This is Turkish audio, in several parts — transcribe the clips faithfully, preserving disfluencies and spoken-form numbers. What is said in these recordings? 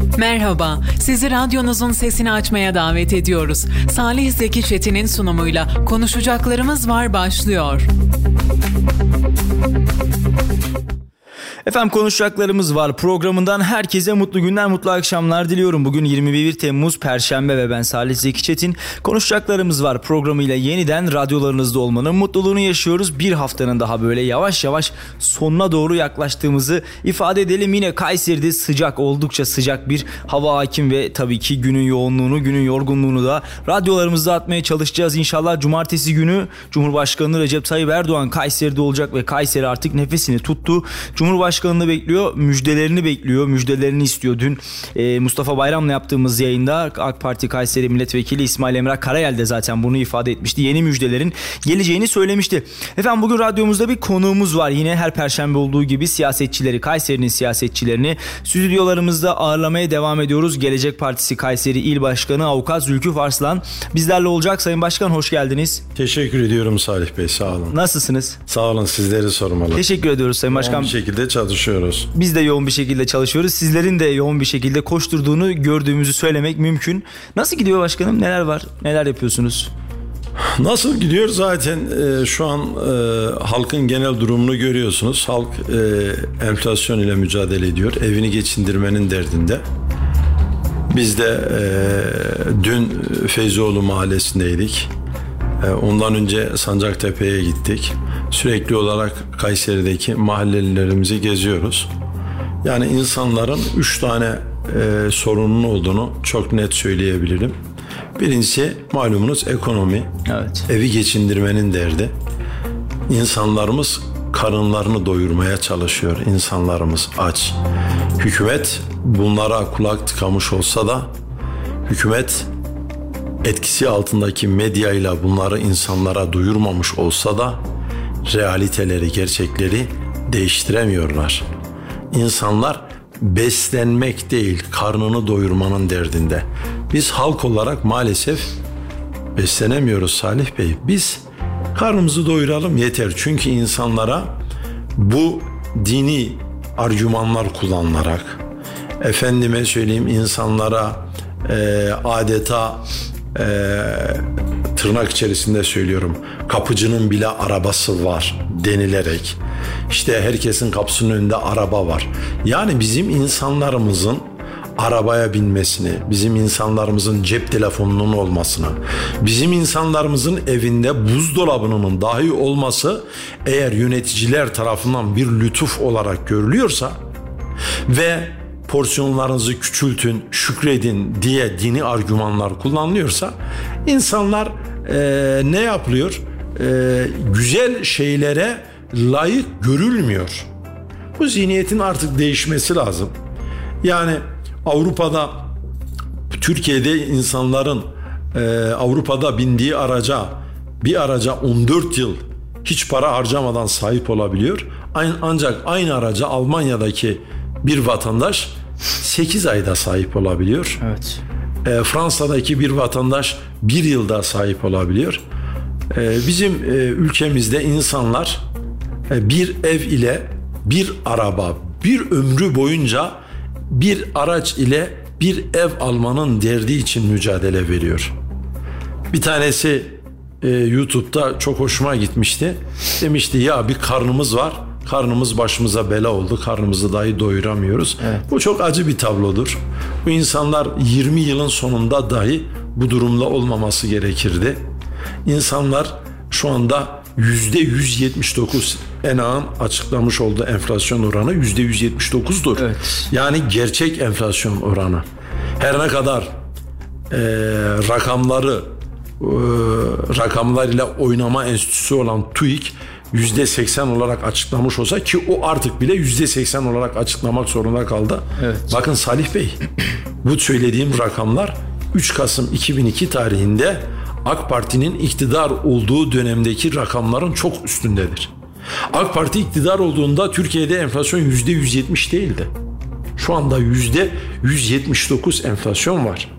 Merhaba, sizi radyonuzun sesini açmaya davet ediyoruz. Salih Zeki Çetin'in sunumuyla Konuşacaklarımız Var başlıyor. Efendim konuşacaklarımız var programından herkese mutlu günler, mutlu akşamlar diliyorum. Bugün yirmi bir Temmuz Perşembe ve ben Salih Zeki Çetin. Konuşacaklarımız var programıyla yeniden radyolarınızda olmanın mutluluğunu yaşıyoruz. Bir haftanın daha böyle yavaş yavaş sonuna doğru yaklaştığımızı ifade edelim. Yine Kayseri'de sıcak, oldukça sıcak bir hava hakim ve tabii ki günün yoğunluğunu, günün yorgunluğunu da radyolarımızda atmaya çalışacağız. İnşallah cumartesi günü Cumhurbaşkanı Recep Tayyip Erdoğan Kayseri'de olacak ve Kayseri artık nefesini tuttu. Cumhurbaşkanı Başkanını bekliyor, müjdelerini bekliyor, müjdelerini istiyor. Dün e, Mustafa Bayram'la yaptığımız yayında AK Parti Kayseri Milletvekili İsmail Emrah Karayel de zaten bunu ifade etmişti. Yeni müjdelerin geleceğini söylemişti. Efendim bugün radyomuzda bir konuğumuz var. Yine her perşembe olduğu gibi siyasetçileri, Kayseri'nin siyasetçilerini stüdyolarımızda ağırlamaya devam ediyoruz. Gelecek Partisi Kayseri İl Başkanı Avukat Zülküf Arslan bizlerle olacak. Sayın Başkan hoş geldiniz. Teşekkür ediyorum Salih Bey, sağ olun. Nasılsınız? Sağ olun, sizleri sormalı. Teşekkür ediyoruz Sayın Başkan. Bir şekilde çalışıyoruz. Biz de yoğun bir şekilde çalışıyoruz. Sizlerin de yoğun bir şekilde koşturduğunu gördüğümüzü söylemek mümkün. Nasıl gidiyor başkanım? Neler var? Neler yapıyorsunuz? Nasıl gidiyor? Zaten e, şu an e, halkın genel durumunu görüyorsunuz. Halk e, enflasyon ile mücadele ediyor. Evini geçindirmenin derdinde. Biz de e, dün Feyzoğlu mahallesindeydik. E, ondan önce Sancaktepe'ye gittik. Sürekli olarak Kayseri'deki mahallelerimizi geziyoruz. Yani insanların üç tane e, sorunun olduğunu çok net söyleyebilirim. Birincisi malumunuz ekonomi. Evet. Evi geçindirmenin derdi. İnsanlarımız karınlarını doyurmaya çalışıyor. İnsanlarımız aç. Hükümet bunlara kulak tıkamış olsa da hükümet etkisi altındaki medyayla bunları insanlara duyurmamış olsa da realiteleri, gerçekleri değiştiremiyorlar. İnsanlar beslenmek değil, karnını doyurmanın derdinde. Biz halk olarak maalesef beslenemiyoruz Salih Bey. Biz karnımızı doyuralım yeter. Çünkü insanlara bu dini argümanlar kullanılarak, efendime söyleyeyim insanlara e, adeta e, tırnak içerisinde söylüyorum, kapıcının bile arabası var denilerek, işte herkesin kapısının önünde araba var. Yani bizim insanlarımızın arabaya binmesini, bizim insanlarımızın cep telefonunun olmasını, bizim insanlarımızın evinde buzdolabının dahi olması eğer yöneticiler tarafından bir lütuf olarak görülüyorsa ve porsiyonlarınızı küçültün, şükredin diye dini argümanlar kullanılıyorsa insanlar e, ne yapılıyor? E, güzel şeylere layık görülmüyor. Bu zihniyetin artık değişmesi lazım. Yani Avrupa'da, Türkiye'de insanların e, Avrupa'da bindiği araca, bir araca on dört yıl hiç para harcamadan sahip olabiliyor. Ancak aynı araca Almanya'daki bir vatandaş sekiz ayda sahip olabiliyor. Evet. E, Fransa'daki bir vatandaş bir yılda sahip olabiliyor. E, bizim e, ülkemizde insanlar e, bir ev ile bir araba, bir ömrü boyunca bir araç ile bir ev almanın derdi için mücadele veriyor. Bir tanesi e, YouTube'da çok hoşuma gitmişti. Demişti ya bir karnımız var. Karnımız başımıza bela oldu. Karnımızı dahi doyuramıyoruz. Evet. Bu çok acı bir tablodur. Bu insanlar yirmi yılın sonunda dahi bu durumda olmaması gerekirdi. İnsanlar şu anda yüzde yüz yetmiş dokuz ENA'nın açıklamış olduğu enflasyon oranı yüzde yüz yetmiş dokuzdur. Evet. Yani gerçek enflasyon oranı. Her ne kadar e, rakamları e, rakamlarıyla oynama enstitüsü olan TÜİK yüzde seksen olarak açıklamış olsa ki o artık bile yüzde seksen olarak açıklamak zorunda kaldı. Evet. Bakın Salih Bey, bu söylediğim rakamlar üç Kasım iki bin iki tarihinde AK Parti'nin iktidar olduğu dönemdeki rakamların çok üstündedir. AK Parti iktidar olduğunda Türkiye'de enflasyon yüzde yüz yetmiş değildi. Şu anda yüzde yüz yetmiş dokuz enflasyon var.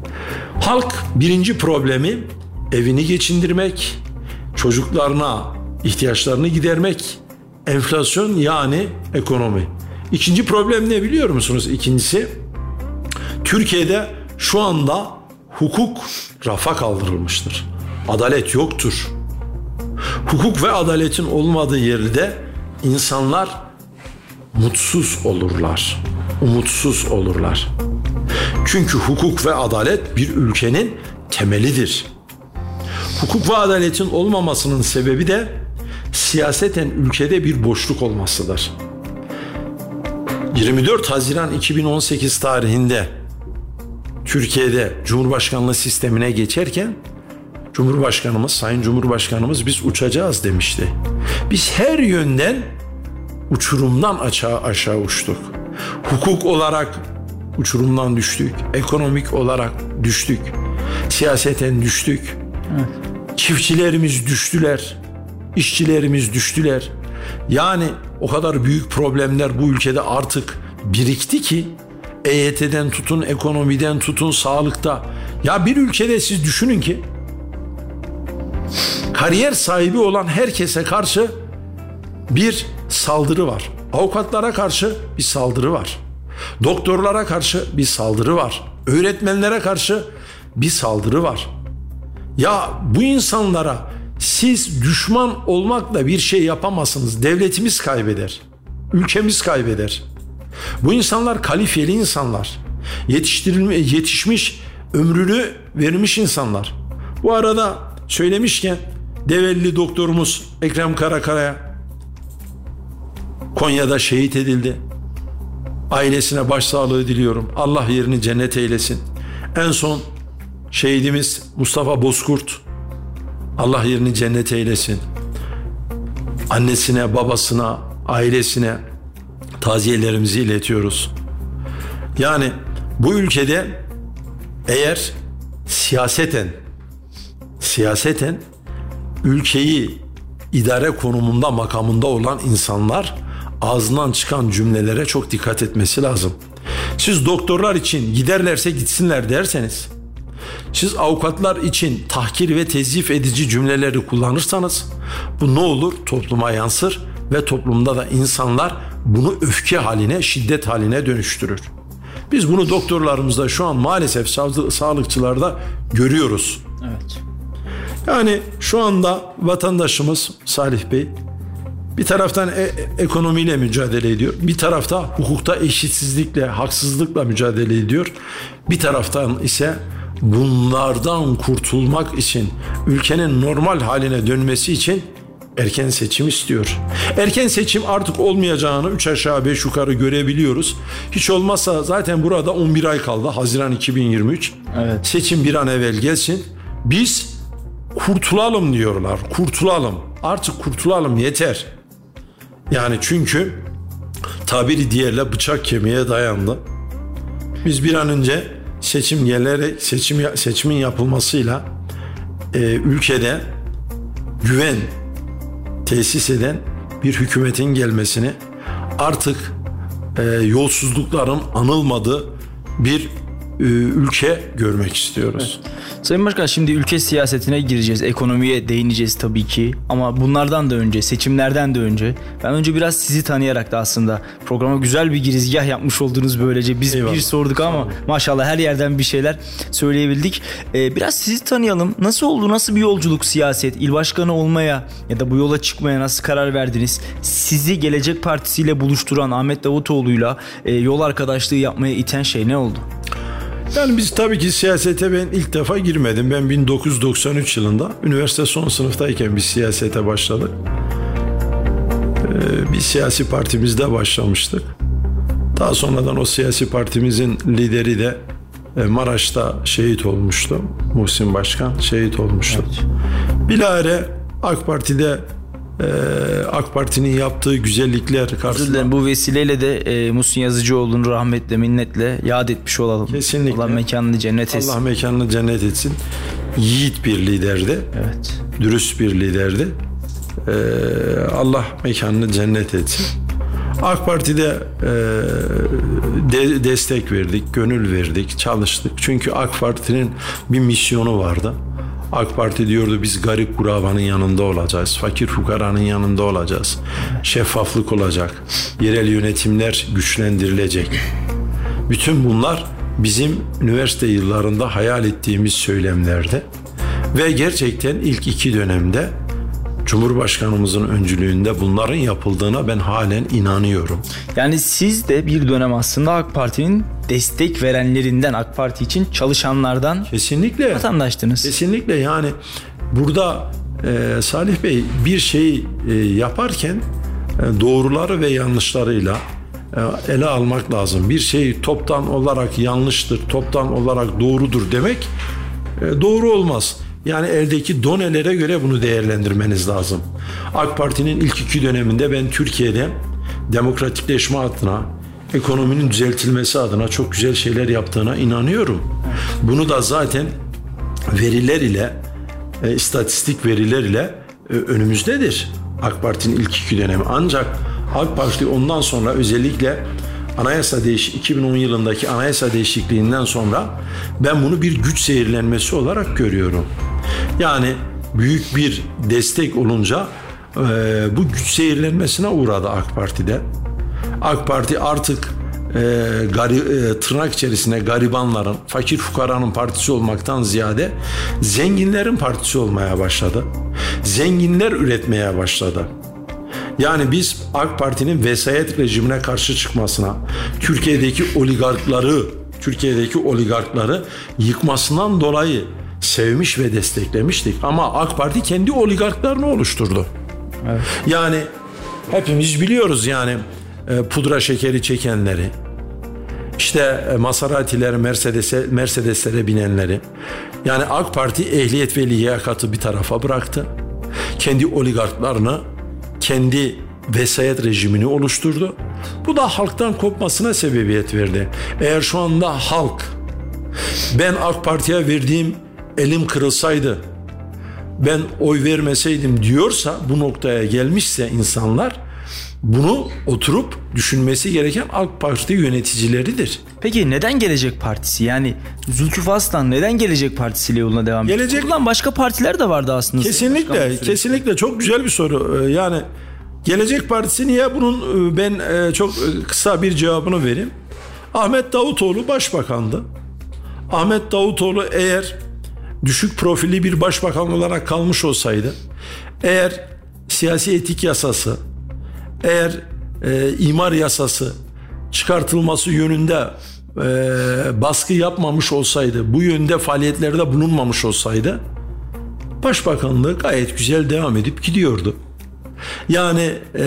Halk birinci problemi evini geçindirmek, çocuklarına ihtiyaçlarını gidermek, enflasyon yani ekonomi. İkinci problem ne biliyor musunuz? İkincisi Türkiye'de şu anda hukuk rafa kaldırılmıştır. Adalet yoktur. Hukuk ve adaletin olmadığı yerde insanlar mutsuz olurlar, umutsuz olurlar. Çünkü hukuk ve adalet bir ülkenin temelidir. Hukuk ve adaletin olmamasının sebebi de siyaseten ülkede bir boşluk olmasıdır. yirmi dört Haziran iki bin on sekiz tarihinde Türkiye'de Cumhurbaşkanlığı sistemine geçerken Cumhurbaşkanımız, Sayın Cumhurbaşkanımız biz uçacağız demişti. Biz her yönden uçurumdan aşağı aşağı uçtuk. Hukuk olarak uçurumdan düştük. Ekonomik olarak düştük. Siyaseten düştük. Evet. Çiftçilerimiz düştüler. İşçilerimiz düştüler. Yani o kadar büyük problemler bu ülkede artık birikti ki E Y T'den tutun, ekonomiden tutun, sağlıkta. Ya bir ülkede siz düşünün ki kariyer sahibi olan herkese karşı bir saldırı var. Avukatlara karşı bir saldırı var. Doktorlara karşı bir saldırı var. Öğretmenlere karşı bir saldırı var. Ya bu insanlara siz düşman olmakla bir şey yapamazsınız. Devletimiz kaybeder. Ülkemiz kaybeder. Bu insanlar kalifiyeli insanlar. Yetiştirilme, yetişmiş, ömrünü vermiş insanlar. Bu arada söylemişken Develi doktorumuz Ekrem Karakaya Konya'da şehit edildi. Ailesine başsağlığı diliyorum. Allah yerini cennet eylesin. En son şehidimiz Mustafa Bozkurt. Allah yerini cennet eylesin. Annesine, babasına, ailesine taziyelerimizi iletiyoruz. Yani bu ülkede eğer siyaseten siyaseten ülkeyi idare konumunda, makamında olan insanlar ağzından çıkan cümlelere çok dikkat etmesi lazım. Siz doktorlar için giderlerse gitsinler derseniz, siz avukatlar için tahkir ve tezyif edici cümleleri kullanırsanız bu ne olur? Topluma yansır ve toplumda da insanlar bunu öfke haline, şiddet haline dönüştürür. Biz bunu doktorlarımızda şu an maalesef sağlıkçılarda görüyoruz. Evet. Yani şu anda vatandaşımız Salih Bey bir taraftan e- ekonomiyle mücadele ediyor. Bir tarafta hukukta eşitsizlikle, haksızlıkla mücadele ediyor. Bir taraftan ise bunlardan kurtulmak için, ülkenin normal haline dönmesi için erken seçim istiyor. Erken seçim artık olmayacağını üç aşağı beş yukarı görebiliyoruz. Hiç olmazsa zaten burada on bir ay kaldı. Haziran iki bin yirmi üç. Evet. Seçim bir an evvel gelsin. Biz kurtulalım diyorlar. Kurtulalım. Artık kurtulalım, yeter. Yani çünkü tabiri diğerle bıçak kemiğe dayandı. Biz bir an önce seçim gelerek seçim seçimin yapılmasıyla e, ülkede güven tesis eden bir hükümetin gelmesini, artık e, yolsuzlukların anılmadığı bir e, ülke görmek istiyoruz. Evet. Sayın Başkan, şimdi ülke siyasetine gireceğiz, ekonomiye değineceğiz tabii ki, ama bunlardan da önce, seçimlerden de önce ben önce biraz sizi tanıyarak da aslında programa güzel bir girizgah yapmış oldunuz böylece. Biz Eyvallah. bir sorduk ama maşallah her yerden bir şeyler söyleyebildik. Ee, biraz sizi tanıyalım. Nasıl oldu, nasıl bir yolculuk siyaset, il başkanı olmaya ya da bu yola çıkmaya nasıl karar verdiniz? Sizi Gelecek Partisi ile buluşturan Ahmet Davutoğlu'yla e, yol arkadaşlığı yapmaya iten şey ne oldu? Yani biz tabii ki siyasete ben ilk defa girmedim. Ben bin dokuz yüz doksan üç yılında üniversite son sınıftayken bir siyasete başladık. Ee, bir siyasi partimizde başlamıştık. Daha sonradan o siyasi partimizin lideri de Maraş'ta şehit olmuştu. Muhsin Başkan şehit olmuştu. Evet. Bilahare AK Parti'de Ee, AK Parti'nin yaptığı güzellikler karşısında. Bu vesileyle de e, Muhsin Yazıcıoğlu'nu rahmetle, minnetle yad etmiş olalım. Kesinlikle. Allah mekanını cennet etsin. Allah mekanını cennet etsin. Yiğit bir liderdi. Evet. Dürüst bir liderdi. Ee, Allah mekanını cennet etsin. AK Parti'de e, de, destek verdik, gönül verdik, çalıştık. Çünkü AK Parti'nin bir misyonu vardı. AK Parti diyordu biz garip kurabanın yanında olacağız. Fakir fukaranın yanında olacağız. Şeffaflık olacak. Yerel yönetimler güçlendirilecek. Bütün bunlar bizim üniversite yıllarında hayal ettiğimiz söylemlerdi. Ve gerçekten ilk iki dönemde Cumhurbaşkanımızın öncülüğünde bunların yapıldığına ben halen inanıyorum. Yani siz de bir dönem aslında AK Parti'nin destek verenlerinden, AK Parti için çalışanlardan kesinlikle vatandaştınız. Kesinlikle yani burada e, Salih Bey bir şeyi e, yaparken e, doğruları ve yanlışlarıyla e, ele almak lazım. Bir şey toptan olarak yanlıştır, toptan olarak doğrudur demek e, doğru olmaz. Yani eldeki donelere göre bunu değerlendirmeniz lazım. AK Parti'nin ilk iki döneminde ben Türkiye'de demokratikleşme adına, ekonominin düzeltilmesi adına çok güzel şeyler yaptığına inanıyorum. Bunu da zaten veriler ile, e, istatistik veriler ile e, önümüzdedir AK Parti'nin ilk iki dönemi. Ancak AK Parti ondan sonra özellikle anayasa değiş iki bin on yılındaki anayasa değişikliğinden sonra ben bunu bir güç zehirlenmesi olarak görüyorum. Yani büyük bir destek olunca e, bu güç zehirlenmesine uğradı AK Parti'de. AK Parti artık e, gari, e, tırnak içerisinde garibanların, fakir fukaranın partisi olmaktan ziyade zenginlerin partisi olmaya başladı. Zenginler üretmeye başladı. Yani biz AK Parti'nin vesayet rejimine karşı çıkmasına, Türkiye'deki oligarkları, Türkiye'deki oligarkları yıkmasından dolayı sevmiş ve desteklemiştik. Ama AK Parti kendi oligarklarını oluşturdu. Evet. Yani hepimiz biliyoruz yani pudra şekeri çekenleri, işte Maserati'leri, Mercedes'e, Mercedes'lere binenleri. Yani AK Parti ehliyet ve liyakatı bir tarafa bıraktı. Kendi oligarklarını, kendi vesayet rejimini oluşturdu. Bu da halktan kopmasına sebebiyet verdi. Eğer şu anda halk ben AK Parti'ye verdiğim elim kırılsaydı, ben oy vermeseydim diyorsa, bu noktaya gelmişse insanlar, bunu oturup düşünmesi gereken AK Parti yöneticileridir. Peki neden Gelecek Partisi? Yani Zülküf Aslan neden Gelecek Partisi ile yoluna devam ediyor? Gelecek... Kurulan başka partiler de vardı aslında. Kesinlikle, kesinlikle çok güzel bir soru. Yani Gelecek Partisi niye? Bunun ben çok kısa bir cevabını vereyim. Ahmet Davutoğlu başbakandı. Ahmet Davutoğlu eğer düşük profilli bir başbakan olarak kalmış olsaydı, eğer siyasi etik yasası, eğer e, imar yasası çıkartılması yönünde e, baskı yapmamış olsaydı, bu yönde faaliyetlerde bulunmamış olsaydı, başbakanlığı gayet güzel devam edip gidiyordu. Yani e,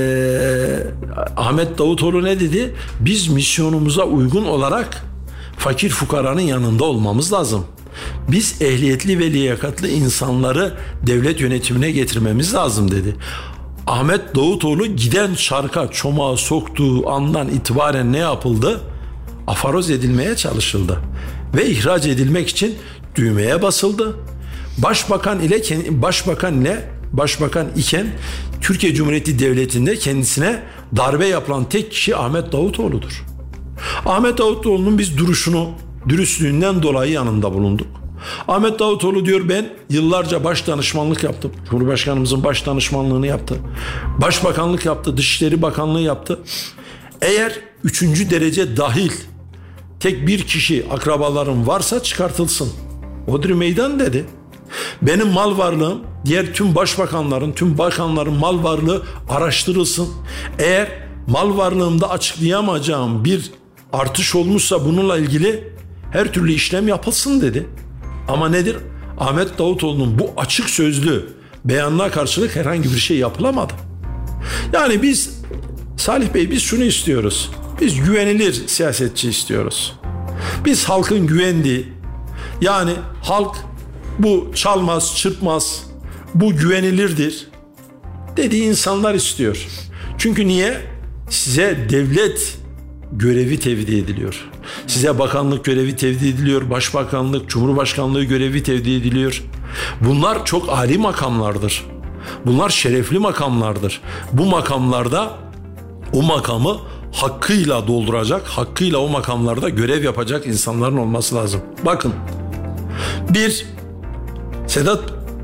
Ahmet Davutoğlu ne dedi? Biz misyonumuza uygun olarak fakir fukaranın yanında olmamız lazım. Biz ehliyetli ve liyakatlı insanları devlet yönetimine getirmemiz lazım dedi. Ahmet Davutoğlu giden çarka çomağı soktuğu andan itibaren ne yapıldı? Afaroz edilmeye çalışıldı. Ve ihraç edilmek için düğmeye basıldı. Başbakan ile başbakan ile başbakan iken Türkiye Cumhuriyeti Devleti'nde kendisine darbe yapılan tek kişi Ahmet Davutoğlu'dur. Ahmet Davutoğlu'nun biz duruşunu, dürüstlüğünden dolayı yanında bulunduk. Ahmet Davutoğlu diyor, ben yıllarca baş danışmanlık yaptım. Cumhurbaşkanımızın baş danışmanlığını yaptı. Başbakanlık yaptı, Dışişleri Bakanlığı yaptı. Eğer üçüncü derece dahil tek bir kişi akrabalarım varsa çıkartılsın. Odri meydan dedi. Benim mal varlığım, diğer tüm başbakanların, tüm bakanların mal varlığı araştırılsın. Eğer mal varlığımda açıklayamayacağım bir artış olmuşsa bununla ilgili her türlü işlem yapılsın dedi. Ama nedir? Ahmet Davutoğlu'nun bu açık sözlü beyanına karşılık herhangi bir şey yapılamadı. Yani biz, Salih Bey, biz şunu istiyoruz. Biz güvenilir siyasetçi istiyoruz. Biz halkın güvendiği, yani halk bu çalmaz, çırpmaz, bu güvenilirdir dediği insanlar istiyor. Çünkü niye? Size devlet görevi tevdi ediliyor. Size bakanlık görevi tevdi ediliyor. Başbakanlık, Cumhurbaşkanlığı görevi tevdi ediliyor. Bunlar çok âli makamlardır. Bunlar şerefli makamlardır. Bu makamlarda o makamı hakkıyla dolduracak, hakkıyla o makamlarda görev yapacak insanların olması lazım. Bakın, bir Sedat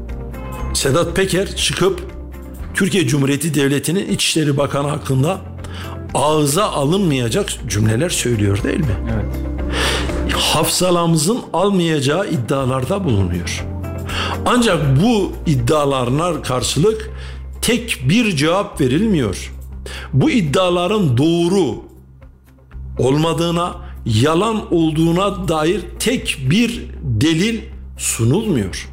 Sedat Peker çıkıp Türkiye Cumhuriyeti Devleti'nin İçişleri Bakanı hakkında ağza alınmayacak cümleler söylüyor değil mi? Evet. hafsalamızın almayacağı iddialarda bulunuyor. Ancak bu iddialarına karşılık tek bir cevap verilmiyor. Bu iddiaların doğru olmadığına, yalan olduğuna dair tek bir delil sunulmuyor.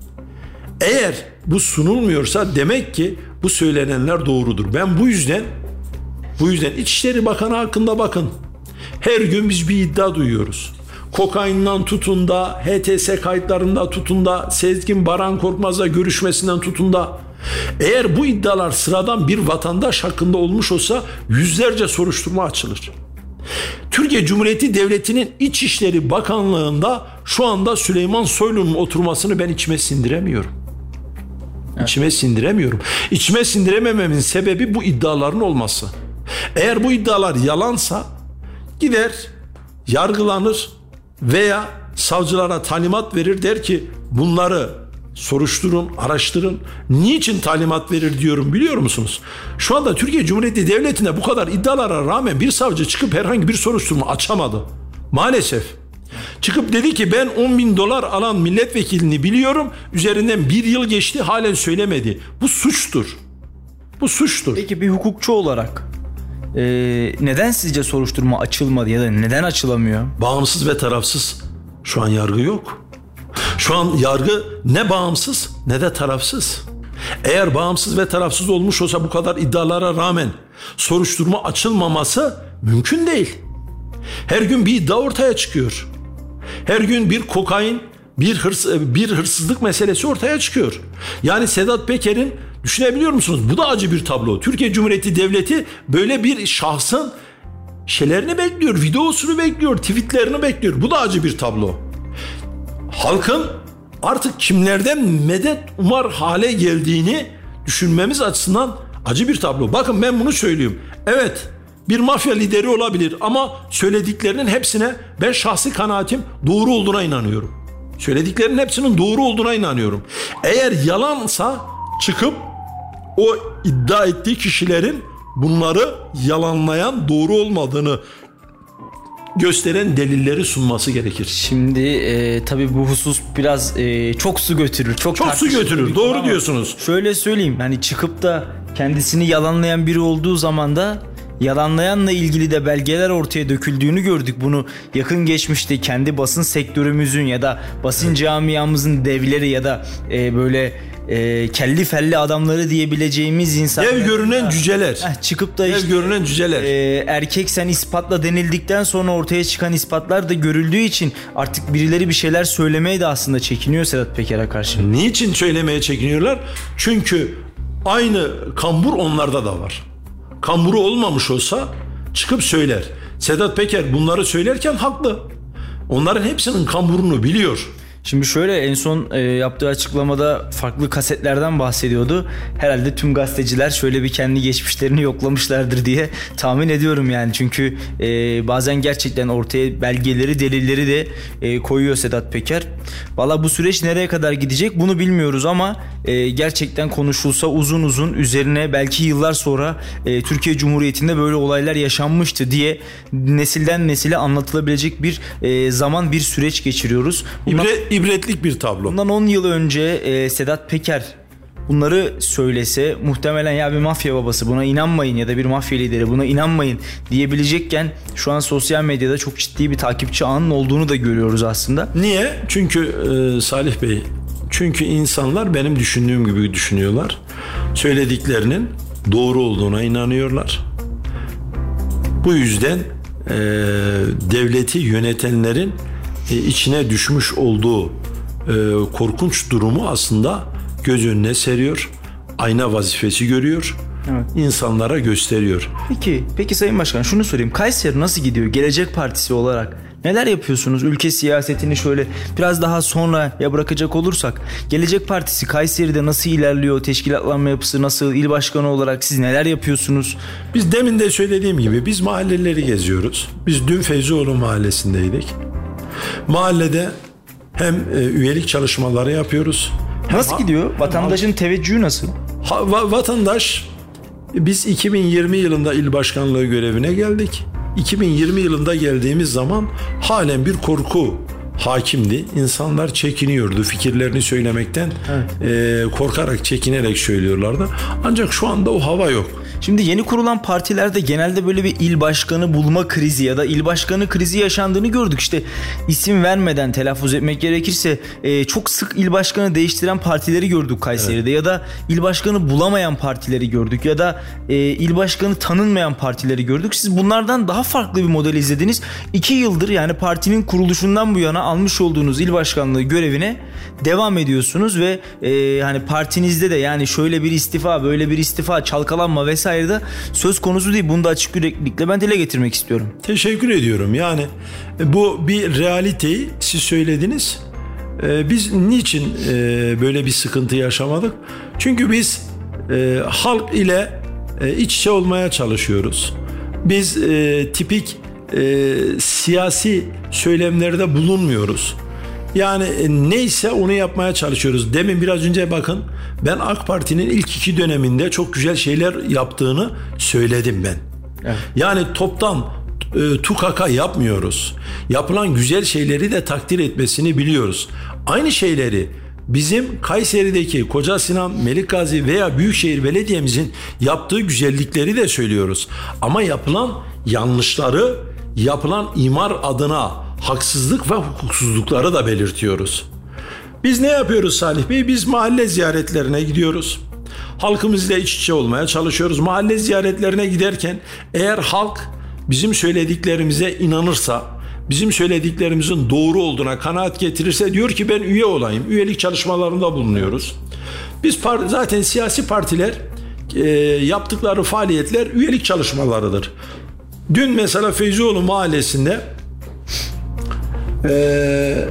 Eğer bu sunulmuyorsa demek ki bu söylenenler doğrudur. Ben bu yüzden bu yüzden İçişleri Bakanı hakkında bakın. Her gün biz bir iddia duyuyoruz. Kokainden tutun da, H T S kayıtlarında tutun da, Sezgin Baran Korkmaz'la görüşmesinden tutun da. Eğer bu iddialar sıradan bir vatandaş hakkında olmuş olsa yüzlerce soruşturma açılır. Türkiye Cumhuriyeti Devleti'nin İçişleri Bakanlığı'nda şu anda Süleyman Soylu'nun oturmasını ben içime sindiremiyorum. Evet. İçime sindiremiyorum. İçime sindiremememin sebebi bu iddiaların olması. Eğer bu iddialar yalansa gider, yargılanır veya savcılara talimat verir, der ki bunları soruşturun, araştırın. Niçin talimat verir diyorum biliyor musunuz? Şu anda Türkiye Cumhuriyeti Devleti'nde bu kadar iddialara rağmen bir savcı çıkıp herhangi bir soruşturma açamadı. Maalesef. Çıkıp dedi ki ben on bin dolar alan milletvekilini biliyorum. Üzerinden bir yıl geçti, halen söylemedi. Bu suçtur. Bu suçtur. Peki bir hukukçu olarak e, neden sizce soruşturma açılmadı ya da neden açılamıyor? Bağımsız ve tarafsız şu an yargı yok. Şu an yargı ne bağımsız ne de tarafsız. Eğer bağımsız ve tarafsız olmuş olsa bu kadar iddialara rağmen soruşturma açılmaması mümkün değil. Her gün bir iddia ortaya çıkıyor. Her gün bir kokain, bir hırs, bir hırsızlık meselesi ortaya çıkıyor. Yani Sedat Peker'in, düşünebiliyor musunuz? Bu da acı bir tablo. Türkiye Cumhuriyeti Devleti böyle bir şahsın şeylerini bekliyor, videosunu bekliyor, tweetlerini bekliyor. Bu da acı bir tablo. Halkın artık kimlerden medet umar hale geldiğini düşünmemiz açısından acı bir tablo. Bakın ben bunu söylüyorum. Evet, bir mafya lideri olabilir ama söylediklerinin hepsine ben şahsi kanaatim doğru olduğuna inanıyorum. Söylediklerinin hepsinin doğru olduğuna inanıyorum. Eğer yalansa çıkıp o iddia ettiği kişilerin bunları yalanlayan, doğru olmadığını gösteren delilleri sunması gerekir. Şimdi e, tabii bu husus biraz e, çok su götürür. Çok, çok su götürür. Doğru diyorsunuz. Şöyle söyleyeyim, hani çıkıp da kendisini yalanlayan biri olduğu zaman da yalanlayanla ilgili de belgeler ortaya döküldüğünü gördük. Bunu yakın geçmişte kendi basın sektörümüzün ya da basın camiamızın devleri ya da e, böyle e, kelli felli adamları diyebileceğimiz insanlar. Dev görünen cüceler. Heh, çıkıp da Dev işte, görünen cüceler. E, erkek sen ispatla denildikten sonra ortaya çıkan ispatlar da görüldüğü için artık birileri bir şeyler söylemeye de aslında çekiniyor Sedat Peker'e karşı. Niçin söylemeye çekiniyorlar? Çünkü aynı kambur onlarda da var. Kamburu olmamış olsa çıkıp söyler. Sedat Peker bunları söylerken haklı. Onların hepsinin kamburunu biliyor. Şimdi şöyle, en son e, yaptığı açıklamada farklı kasetlerden bahsediyordu. Herhalde tüm gazeteciler şöyle bir kendi geçmişlerini yoklamışlardır diye tahmin ediyorum yani. Çünkü e, bazen gerçekten ortaya belgeleri, delilleri de e, koyuyor Sedat Peker. Valla bu süreç nereye kadar gidecek bunu bilmiyoruz ama e, gerçekten konuşulsa uzun uzun üzerine belki yıllar sonra e, Türkiye Cumhuriyeti'nde böyle olaylar yaşanmıştı diye nesilden nesile anlatılabilecek bir e, zaman, bir süreç geçiriyoruz. Bundan... İbre, ibretlik bir tablo. Bundan on yıl önce e, Sedat Peker bunları söylese muhtemelen ya bir mafya babası buna inanmayın ya da bir mafya lideri buna inanmayın diyebilecekken şu an sosyal medyada çok ciddi bir takipçi ağının olduğunu da görüyoruz aslında. Niye? Çünkü e, Salih Bey, çünkü insanlar benim düşündüğüm gibi düşünüyorlar. Söylediklerinin doğru olduğuna inanıyorlar. Bu yüzden e, devleti yönetenlerin e, içine düşmüş olduğu e, korkunç durumu aslında göz önüne seriyor. Ayna vazifesi görüyor. Evet. İnsanlara gösteriyor. Peki, peki Sayın Başkan şunu sorayım. Kayseri nasıl gidiyor? Gelecek Partisi olarak neler yapıyorsunuz? Ülke siyasetini şöyle biraz daha sonraya bırakacak olursak Gelecek Partisi Kayseri'de nasıl ilerliyor? Teşkilatlanma yapısı nasıl? İl başkanı olarak siz neler yapıyorsunuz? Biz demin de söylediğim gibi biz mahalleleri geziyoruz. Biz dün Feyzioğlu mahallesindeydik. Mahallede hem e, üyelik çalışmaları yapıyoruz. Nasıl ha, gidiyor? Vatandaşın ha, teveccühü nasıl? Ha, va, vatandaş, biz iki bin yirmi yılında il başkanlığı görevine geldik. iki bin yirmi yılında geldiğimiz zaman halen bir korku hakimdi. İnsanlar çekiniyordu fikirlerini söylemekten. Evet. E, korkarak, çekinerek söylüyorlardı. Ancak şu anda o hava yok. Şimdi yeni kurulan partilerde genelde böyle bir il başkanı bulma krizi ya da il başkanı krizi yaşandığını gördük. İşte isim vermeden telaffuz etmek gerekirse e, çok sık il başkanı değiştiren partileri gördük Kayseri'de. Evet. Ya da il başkanı bulamayan partileri gördük ya da e, il başkanı tanınmayan partileri gördük. Siz bunlardan daha farklı bir model izlediniz. İki yıldır, yani partinin kuruluşundan bu yana almış olduğunuz il başkanlığı görevine devam ediyorsunuz ve e, hani partinizde de yani şöyle bir istifa, böyle bir istifa, çalkalanma vesaire de söz konusu değil. Bunu da açık yüreklilikle ben dile getirmek istiyorum. Teşekkür ediyorum. Yani bu bir realiteyi siz söylediniz. Ee, biz niçin e, böyle bir sıkıntı yaşamadık? Çünkü biz e, halk ile e, iç içe olmaya çalışıyoruz. Biz e, tipik e, siyasi söylemlerde bulunmuyoruz. Yani neyse onu yapmaya çalışıyoruz. Demin biraz önce bakın, ben AK Parti'nin ilk iki döneminde çok güzel şeyler yaptığını söyledim ben. Evet. Yani toptan e, tukaka yapmıyoruz. Yapılan güzel şeyleri de takdir etmesini biliyoruz. Aynı şeyleri bizim Kayseri'deki Koca Sinan, Melikgazi veya Büyükşehir Belediye'mizin yaptığı güzellikleri de söylüyoruz. Ama yapılan yanlışları, yapılan imar adına haksızlık ve hukuksuzlukları da belirtiyoruz. Biz ne yapıyoruz Salih Bey? Biz mahalle ziyaretlerine gidiyoruz. Halkımızla iç içe olmaya çalışıyoruz. Mahalle ziyaretlerine giderken eğer halk bizim söylediklerimize inanırsa, bizim söylediklerimizin doğru olduğuna kanaat getirirse diyor ki ben üye olayım. Üyelik çalışmalarında bulunuyoruz. Biz par- zaten siyasi partiler e, yaptıkları faaliyetler üyelik çalışmalarıdır. Dün mesela Feyzioğlu Mahallesi'nde Ee,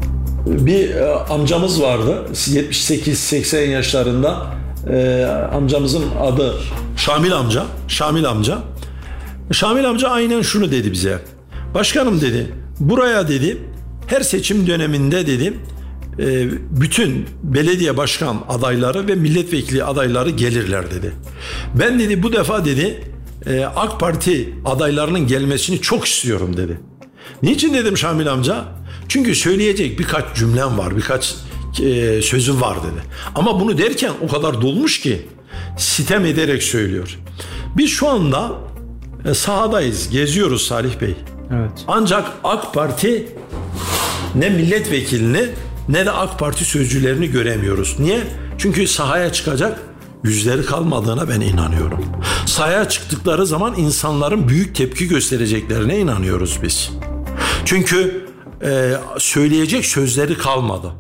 bir e, amcamız vardı, yetmiş sekiz seksen yaşlarında, e, amcamızın adı Şamil amca. Şamil amca. Şamil amca aynen şunu dedi bize. Başkanım dedi, buraya dedi her seçim döneminde dedi e, bütün belediye başkan adayları ve milletvekili adayları gelirler dedi. Ben dedi bu defa dedi e, AK Parti adaylarının gelmesini çok istiyorum dedi. Niçin dedim Şamil amca? Çünkü söyleyecek birkaç cümlem var, birkaç e, sözüm var dedi. Ama bunu derken o kadar dolmuş ki sitem ederek söylüyor. Biz şu anda e, sahadayız, geziyoruz Salih Bey. Evet. Ancak AK Parti ne milletvekilini ne de AK Parti sözcülerini göremiyoruz. Niye? Çünkü sahaya çıkacak yüzleri kalmadığına ben inanıyorum. Sahaya çıktıkları zaman insanların büyük tepki göstereceklerine inanıyoruz biz. Çünkü e, söyleyecek sözleri kalmadı.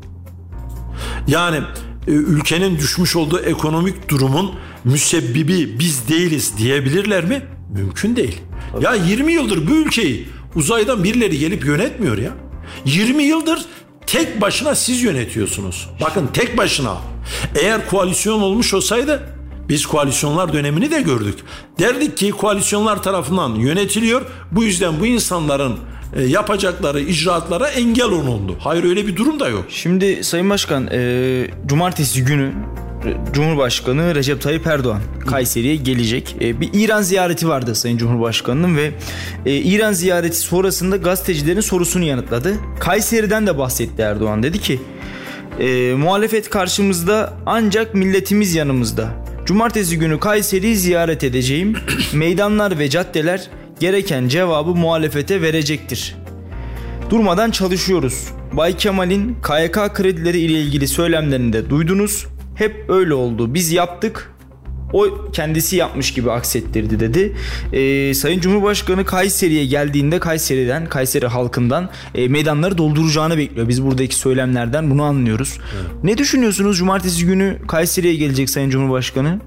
Yani e, ülkenin düşmüş olduğu ekonomik durumun müsebbibi biz değiliz diyebilirler mi? Mümkün değil. Tabii. Ya yirmi yıldır bu ülkeyi uzaydan birileri gelip yönetmiyor ya. yirmi yıldır tek başına siz yönetiyorsunuz. Bakın tek başına. Eğer koalisyon olmuş olsaydı biz koalisyonlar dönemini de gördük. Derdik ki koalisyonlar tarafından yönetiliyor. Bu yüzden bu insanların yapacakları icraatlara engel olundu. Hayır, öyle bir durum da yok. Şimdi Sayın Başkan, e, cumartesi günü Cumhurbaşkanı Recep Tayyip Erdoğan Kayseri'ye gelecek. E, bir İran ziyareti vardı Sayın Cumhurbaşkanı'nın ve e, İran ziyareti sonrasında gazetecilerin sorusunu yanıtladı. Kayseri'den de bahsetti Erdoğan. Dedi ki e, muhalefet karşımızda ancak milletimiz yanımızda. Cumartesi günü Kayseri'yi ziyaret edeceğim. Meydanlar ve caddeler gereken cevabı muhalefete verecektir. Durmadan çalışıyoruz. Bay Kemal'in K Y K kredileri ile ilgili söylemlerini de duydunuz. Hep öyle oldu. Biz yaptık. O kendisi yapmış gibi aksettirdi dedi. Ee, Sayın Cumhurbaşkanı Kayseri'ye geldiğinde Kayseri'den, Kayseri halkından e, meydanları dolduracağını bekliyor. Biz buradaki söylemlerden bunu anlıyoruz. Evet. Ne düşünüyorsunuz? Cumartesi günü Kayseri'ye gelecek Sayın Cumhurbaşkanı.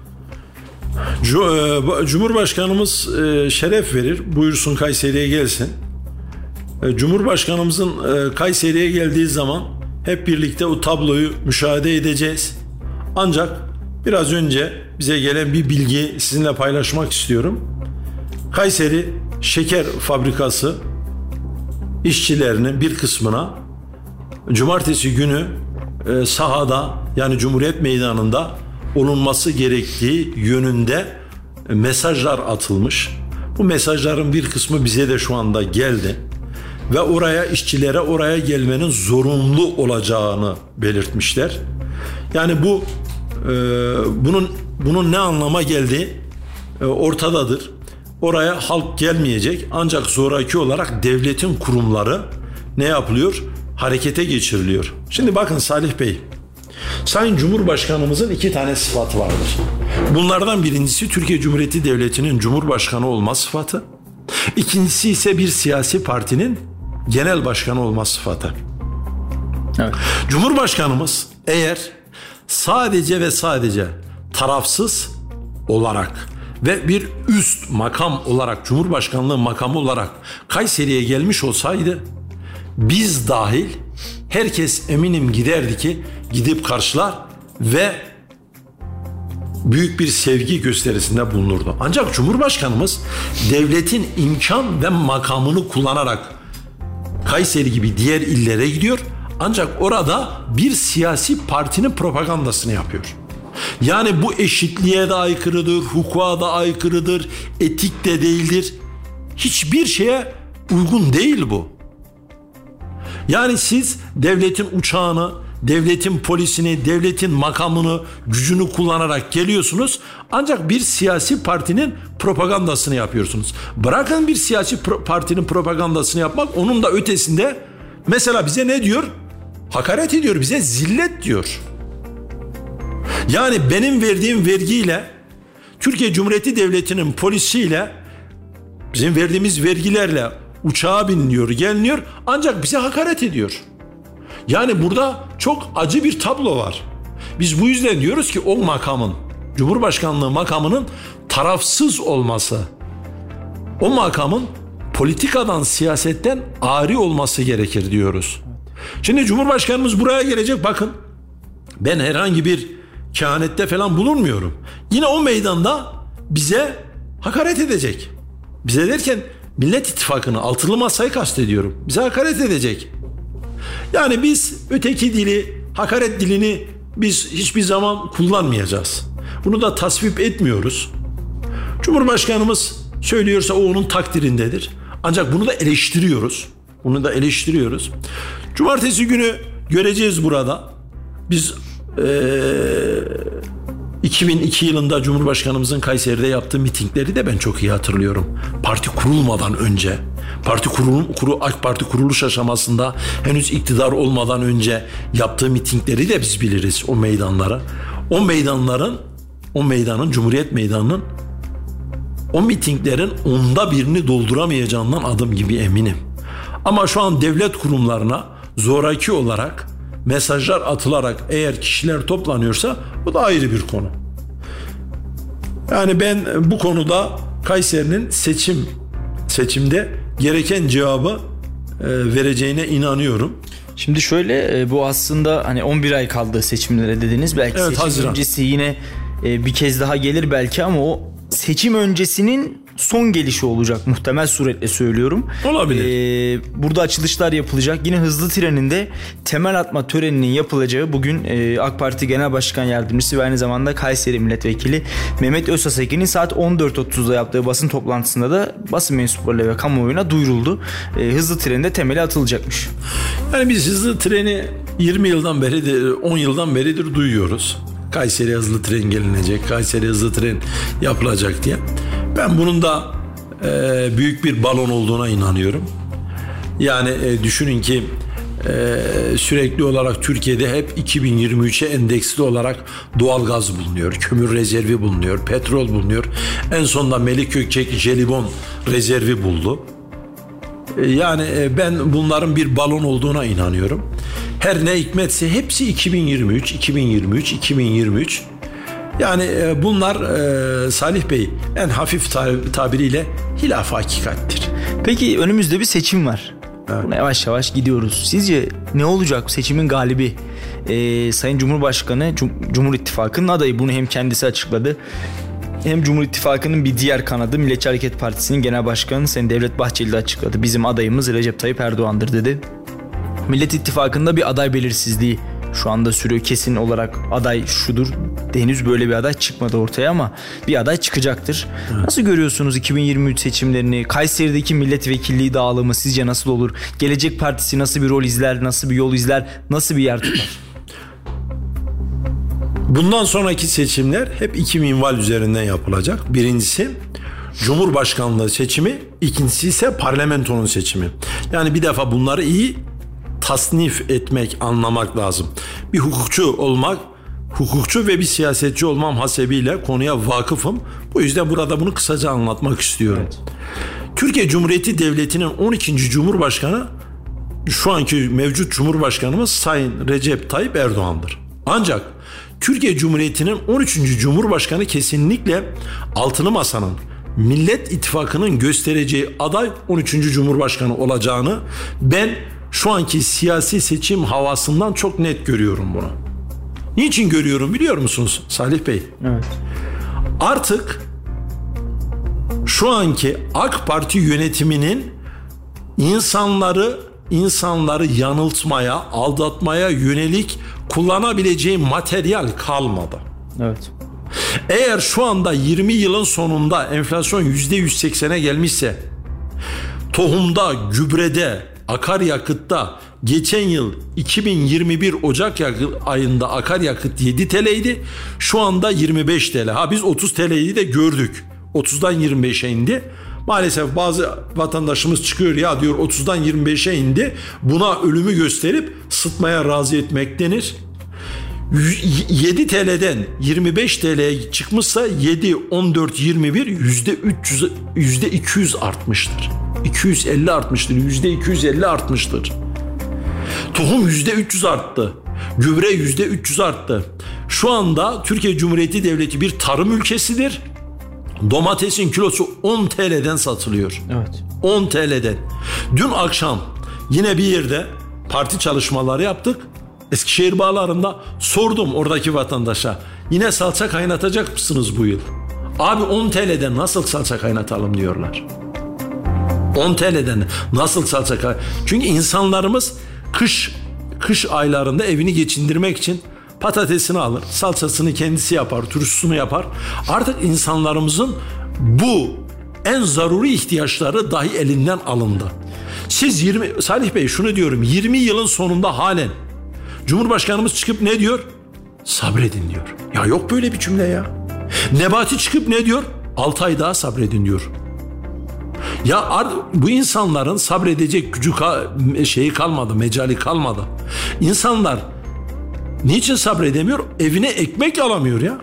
Cumhurbaşkanımız şeref verir. Buyursun Kayseri'ye gelsin. Cumhurbaşkanımızın Kayseri'ye geldiği zaman hep birlikte o tabloyu müşahede edeceğiz. Ancak biraz önce bize gelen bir bilgi sizinle paylaşmak istiyorum. Kayseri Şeker Fabrikası işçilerinin bir kısmına cumartesi günü sahada, yani Cumhuriyet Meydanı'nda olunması gerektiği yönünde mesajlar atılmış. Bu mesajların bir kısmı bize de şu anda geldi. Ve oraya işçilere oraya gelmenin zorunlu olacağını belirtmişler. Yani bu e, bunun bunun ne anlama geldiği e, ortadadır. Oraya halk gelmeyecek ancak zoraki olarak devletin kurumları ne yapılıyor? Harekete geçiriliyor. Şimdi bakın Salih Bey, Sayın Cumhurbaşkanımızın iki tane sıfatı vardır. Bunlardan birincisi Türkiye Cumhuriyeti Devleti'nin Cumhurbaşkanı olma sıfatı. İkincisi ise bir siyasi partinin genel başkanı olma sıfatı. Evet. Cumhurbaşkanımız eğer sadece ve sadece tarafsız olarak ve bir üst makam olarak, Cumhurbaşkanlığı makamı olarak Kayseri'ye gelmiş olsaydı, biz dahil herkes eminim giderdi ki gidip karşılar ve büyük bir sevgi gösterisinde bulunurdu. Ancak Cumhurbaşkanımız devletin imkan ve makamını kullanarak Kayseri gibi diğer illere gidiyor. Ancak orada bir siyasi partinin propagandasını yapıyor. Yani bu eşitliğe de aykırıdır, hukuka da aykırıdır, etik de değildir. Hiçbir şeye uygun değil bu. Yani siz devletin uçağını, devletin polisini, devletin makamını, gücünü kullanarak geliyorsunuz. Ancak bir siyasi partinin propagandasını yapıyorsunuz. Bırakın bir siyasi pro- partinin propagandasını yapmak, onun da ötesinde mesela bize ne diyor? Hakaret ediyor, bize zillet diyor. Yani benim verdiğim vergiyle, Türkiye Cumhuriyeti Devleti'nin polisiyle, bizim verdiğimiz vergilerle uçağa biniliyor, geliniyor, ancak bize hakaret ediyor. Yani burada çok acı bir tablo var. Biz bu yüzden diyoruz ki o makamın, Cumhurbaşkanlığı makamının tarafsız olması, o makamın politikadan, siyasetten ari olması gerekir diyoruz. Şimdi Cumhurbaşkanımız buraya gelecek, bakın ben herhangi bir kehanette falan bulunmuyorum. Yine o meydanda bize hakaret edecek. Bize derken Millet İttifakı'nı, altılı masayı kastediyorum. Bize hakaret edecek. Yani biz öteki dili, hakaret dilini biz hiçbir zaman kullanmayacağız. Bunu da tasvip etmiyoruz. Cumhurbaşkanımız söylüyorsa o onun takdirindedir. Ancak bunu da eleştiriyoruz. Bunu da eleştiriyoruz. Cumartesi günü göreceğiz burada. Biz ee, iki bin iki yılında Cumhurbaşkanımızın Kayseri'de yaptığı mitingleri de ben çok iyi hatırlıyorum. Parti kurulmadan önce, parti kurul, kuru, AK Parti kuruluş aşamasında henüz iktidar olmadan önce yaptığı mitingleri de biz biliriz, o meydanlara. O meydanların, o meydanın, Cumhuriyet Meydanı'nın, o mitinglerin onda birini dolduramayacağından adım gibi eminim. Ama şu an devlet kurumlarına zoraki olarak mesajlar atılarak eğer kişiler toplanıyorsa bu da ayrı bir konu. Yani ben bu konuda Kayseri'nin seçim seçimde gereken cevabı e, vereceğine inanıyorum. Şimdi şöyle, bu aslında hani on bir ay kaldı seçimlere dediniz. Belki evet, seçim Haziran. öncesi yine bir kez daha gelir belki, ama o seçim öncesinin son gelişi olacak muhtemel suretle söylüyorum. Olabilir. Ee, burada açılışlar yapılacak. Yine hızlı treninde temel atma töreninin yapılacağı bugün e, AK Parti Genel Başkan Yardımcısı ve aynı zamanda Kayseri Milletvekili Mehmet Özhaseki'nin saat on dört otuzda yaptığı basın toplantısında da basın mensuplarıyla ve kamuoyuna duyuruldu. E, hızlı treninde temeli atılacakmış. Yani biz hızlı treni yirmi yıldan beridir, on yıldan beridir duyuyoruz. Kayseri hızlı tren gelinecek, Kayseri hızlı tren yapılacak diye. Ben bunun da e, büyük bir balon olduğuna inanıyorum. Yani e, düşünün ki e, sürekli olarak Türkiye'de hep iki bin yirmi üçe endeksli olarak doğal gaz bulunuyor, kömür rezervi bulunuyor, petrol bulunuyor. En sonunda Melik Gökçek jelibon rezervi buldu. E, yani e, ben bunların bir balon olduğuna inanıyorum. Her ne hikmetse hepsi iki bin yirmi üç, iki bin yirmi üç, iki bin yirmi üç. Yani bunlar e, Salih Bey en hafif tabiriyle hilaf-ı hakikattir. Peki önümüzde bir seçim var. Evet. Buna yavaş yavaş gidiyoruz. Sizce ne olacak seçimin galibi? Ee, Sayın Cumhurbaşkanı, Cum- Cumhur İttifakı'nın adayı, bunu hem kendisi açıkladı, hem Cumhur İttifakı'nın bir diğer kanadı Milliyetçi Hareket Partisi'nin Genel Başkanı Sayın Devlet Bahçeli de açıkladı. Bizim adayımız Recep Tayyip Erdoğan'dır dedi. Millet İttifakı'nda bir aday belirsizliği şu anda sürüyor. Kesin olarak aday şudur. Henüz böyle bir aday çıkmadı ortaya ama bir aday çıkacaktır. Evet. Nasıl görüyorsunuz iki bin yirmi üç seçimlerini? Kayseri'deki milletvekilliği dağılımı sizce nasıl olur? Gelecek Partisi nasıl bir rol izler? Nasıl bir yol izler? Nasıl bir yer tutar? Bundan sonraki seçimler hep iki minval üzerinden yapılacak. Birincisi Cumhurbaşkanlığı seçimi, ikincisi ise parlamentonun seçimi. Yani bir defa bunları iyi tasnif etmek, anlamak lazım. Bir hukukçu olmak, hukukçu ve bir siyasetçi olmam hasebiyle konuya vakıfım. Bu yüzden burada bunu kısaca anlatmak istiyorum. Evet. Türkiye Cumhuriyeti Devleti'nin on ikinci Cumhurbaşkanı şu anki mevcut Cumhurbaşkanımız Sayın Recep Tayyip Erdoğan'dır. Ancak Türkiye Cumhuriyeti'nin on üçüncü Cumhurbaşkanı kesinlikle Altılı Masa'nın, Millet İttifakı'nın göstereceği aday on üçüncü Cumhurbaşkanı olacağını ben şu anki siyasi seçim havasından çok net görüyorum bunu. Niçin görüyorum biliyor musunuz Salih Bey? Evet. Artık şu anki AK Parti yönetiminin insanları insanları yanıltmaya, aldatmaya yönelik kullanabileceği materyal kalmadı. Evet. Eğer şu anda yirmi yılın sonunda enflasyon yüzde yüz seksene gelmişse, tohumda, gübrede, akaryakıtta geçen yıl iki bin yirmi bir Ocak ayında akaryakıt yedi TL'ydi. Şu anda yirmi beş TL. Ha biz otuz TL'yi de gördük. otuzdan yirmi beşe indi. Maalesef bazı vatandaşımız çıkıyor ya diyor otuzdan yirmi beşe indi. Buna ölümü gösterip sıtmaya razı etmek denir. yedi TL'den yirmi beş TL'ye çıkmışsa yedi, on dört, yirmi bir yüzde üç yüz, yüzde iki yüz artmıştır. iki yüz elli artmıştır. Yüzde iki yüz elli artmıştır. Tohum yüzde üç yüz arttı. Gübre yüzde üç yüz arttı. Şu anda Türkiye Cumhuriyeti Devleti bir tarım ülkesidir. Domatesin kilosu on TL'den satılıyor. Evet. on TL'den. Dün akşam yine bir yerde parti çalışmaları yaptık. Eskişehir bağlarında sordum oradaki vatandaşa. Yine salça kaynatacak mısınız bu yıl? Abi on TL'den nasıl salça kaynatalım diyorlar. on TL'den nasıl salça kaynat? Çünkü insanlarımız kış kış aylarında evini geçindirmek için patatesini alır, salçasını kendisi yapar, turşusunu yapar. Artık insanlarımızın bu en zaruri ihtiyaçları dahi elinden alındı. Siz yirmi Salih Bey şunu diyorum, yirmi yılın sonunda halen Cumhurbaşkanımız çıkıp ne diyor? Sabredin diyor. Ya yok böyle bir cümle ya. Nebati çıkıp ne diyor? altı ay daha sabredin diyor. Ya bu insanların sabredecek gücü şeyi kalmadı, mecali kalmadı. İnsanlar niçin sabredemiyor? Evine ekmek alamıyor ya.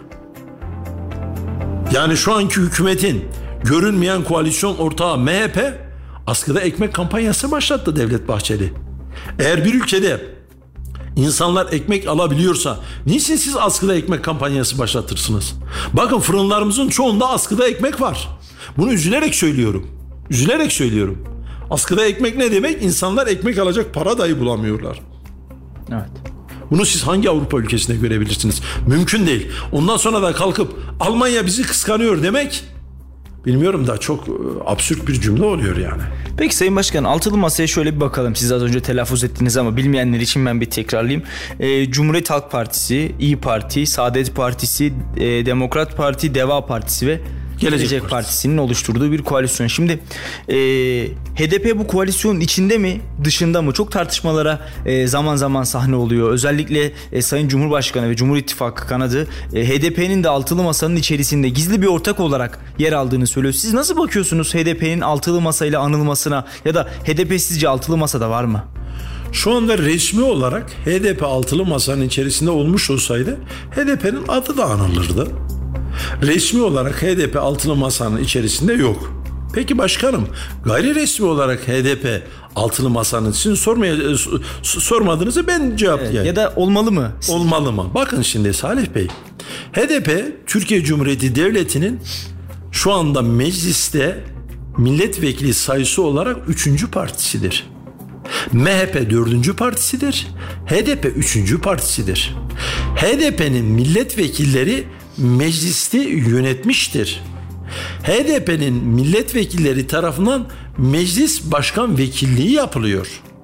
Yani şu anki hükümetin görünmeyen koalisyon ortağı M H P askıda ekmek kampanyası başlattı Devlet Bahçeli. Eğer bir ülkede insanlar ekmek alabiliyorsa niçin siz askıda ekmek kampanyası başlatırsınız? Bakın fırınlarımızın çoğunda askıda ekmek var. Bunu üzülerek söylüyorum. Üzülerek söylüyorum. Askıda ekmek ne demek? İnsanlar ekmek alacak para dahi bulamıyorlar. Evet. Bunu siz hangi Avrupa ülkesinde görebilirsiniz? Mümkün değil. Ondan sonra da kalkıp Almanya bizi kıskanıyor demek, bilmiyorum da çok absürt bir cümle oluyor yani. Peki Sayın Başkan, altılı masaya şöyle bir bakalım. Siz az önce telaffuz ettiniz ama bilmeyenler için ben bir tekrarlayayım. Ee, Cumhuriyet Halk Partisi, İYİ Parti, Saadet Partisi, e, Demokrat Parti, Deva Partisi ve Gelecek, Gelecek Partisi. Partisi'nin oluşturduğu bir koalisyon. Şimdi e, H D P bu koalisyonun içinde mi, dışında mı? Çok tartışmalara e, zaman zaman sahne oluyor. Özellikle e, Sayın Cumhurbaşkanı ve Cumhur İttifakı kanadı e, H D P'nin de altılı masanın içerisinde gizli bir ortak olarak yer aldığını söylüyor. Siz nasıl bakıyorsunuz H D P'nin altılı masayla anılmasına, ya da H D P sizce altılı masada var mı? Şu anda resmi olarak H D P altılı masanın içerisinde olmuş olsaydı H D P'nin adı da anılırdı. Resmi olarak H D P altılı masanın içerisinde yok. Peki başkanım, gayri resmi olarak H D P altılı masanın için sormaya, sormadığınızı ben cevaplayayım. Evet, ya da olmalı mı? Olmalı mı? Bakın şimdi Salih Bey, H D P Türkiye Cumhuriyeti Devleti'nin şu anda mecliste milletvekili sayısı olarak üçüncü partisidir. M H P dördüncü partisidir. H D P üçüncü partisidir. H D P'nin milletvekilleri meclisi yönetmiştir. H D P'nin milletvekilleri tarafından meclis başkan vekilliği yapılıyor.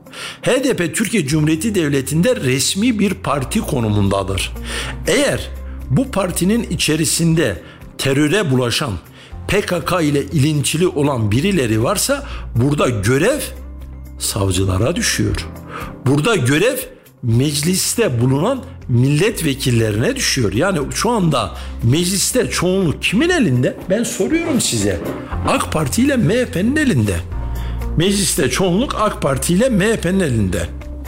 H D P Türkiye Cumhuriyeti Devleti'nde resmi bir parti konumundadır. Eğer bu partinin içerisinde teröre bulaşan, P K K ile ilintili olan birileri varsa burada görev savcılara düşüyor. Burada görev mecliste bulunan milletvekillerine düşüyor. Yani şu anda mecliste çoğunluk kimin elinde? Ben soruyorum size. AK Parti ile M H P'nin elinde. Mecliste çoğunluk AK Parti ile M H P'nin elinde.